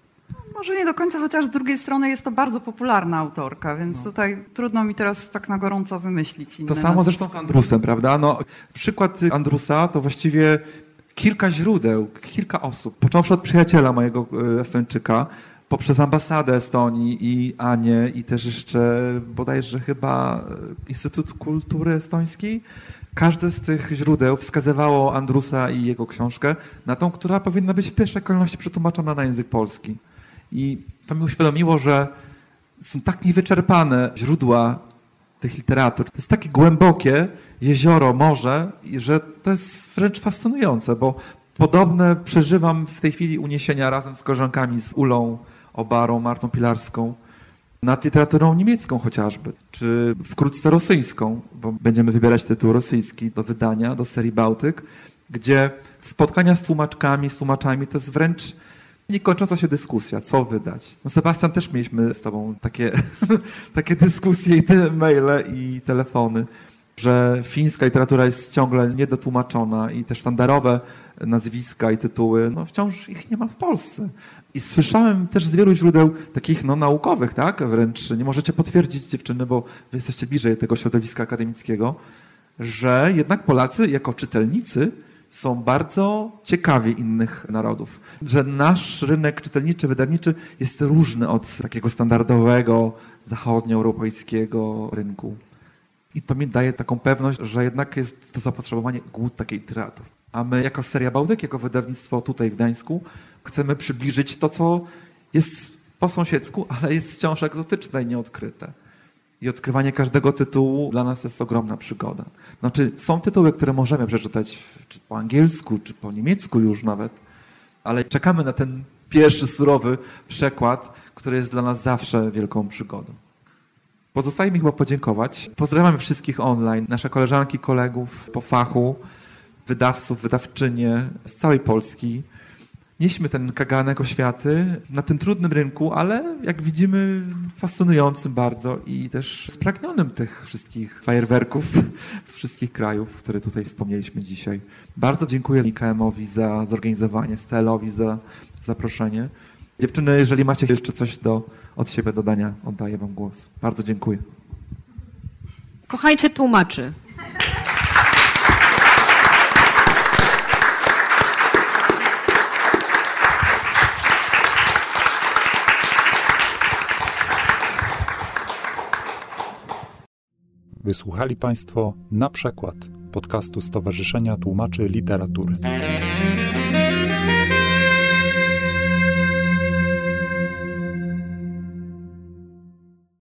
Może nie do końca, chociaż z drugiej strony jest to bardzo popularna autorka, więc no. tutaj trudno mi teraz tak na gorąco wymyślić inne To samo nazwisko. zresztą z Andrusem, prawda? No, przykład Andrusa to właściwie kilka źródeł, kilka osób, począwszy od przyjaciela mojego Estończyka, poprzez ambasadę Estonii i Anię i też jeszcze bodajże chyba Instytut Kultury Estońskiej. Każde z tych źródeł wskazywało Andrusa i jego książkę na tą, która powinna być w pierwszej kolejności przetłumaczona na język polski. I to mi uświadomiło, że są tak niewyczerpane źródła tych literatur. To jest takie głębokie jezioro, morze, że to jest wręcz fascynujące, bo podobne przeżywam w tej chwili uniesienia razem z koleżankami, z Ulą Obarą, Martą Pilarską, nad literaturą niemiecką chociażby, czy wkrótce rosyjską, bo będziemy wybierać tytuł rosyjski do wydania, do serii Bałtyk, gdzie spotkania z tłumaczkami, z tłumaczami to jest wręcz niekończąca się dyskusja, co wydać. No Sebastian, też mieliśmy z tobą takie, takie dyskusje i te maile i telefony, że fińska literatura jest ciągle niedotłumaczona i te sztandarowe nazwiska i tytuły, no wciąż ich nie ma w Polsce. I słyszałem też z wielu źródeł takich no, naukowych, tak? Wręcz nie możecie potwierdzić, dziewczyny, bo wy jesteście bliżej tego środowiska akademickiego, że jednak Polacy jako czytelnicy są bardzo ciekawi innych narodów. Że nasz rynek czytelniczy, wydawniczy jest różny od takiego standardowego zachodnioeuropejskiego rynku. I to mi daje taką pewność, że jednak jest to zapotrzebowanie, głód takiej literatury. A my jako seria Bałtyk, jako wydawnictwo tutaj w Gdańsku chcemy przybliżyć to, co jest po sąsiedzku, ale jest wciąż egzotyczne i nieodkryte. I odkrywanie każdego tytułu dla nas jest ogromna przygoda. Znaczy, są tytuły, które możemy przeczytać czy po angielsku, czy po niemiecku już nawet, ale czekamy na ten pierwszy surowy przekład, który jest dla nas zawsze wielką przygodą. Pozostaje mi chyba podziękować. Pozdrawiam wszystkich online, nasze koleżanki, kolegów po fachu, wydawców, wydawczynie z całej Polski. Nieśmy ten kaganek oświaty na tym trudnym rynku, ale jak widzimy fascynującym bardzo i też spragnionym tych wszystkich fajerwerków z wszystkich krajów, które tutaj wspomnieliśmy dzisiaj. Bardzo dziękuję I K M-owi za zorganizowanie, Stelowi za zaproszenie. Dziewczyny, jeżeli macie jeszcze coś do, od siebie dodania, oddaję wam głos. Bardzo dziękuję. Kochajcie tłumaczy. Wysłuchali Państwo Na Przekład podcastu Stowarzyszenia Tłumaczy Literatury.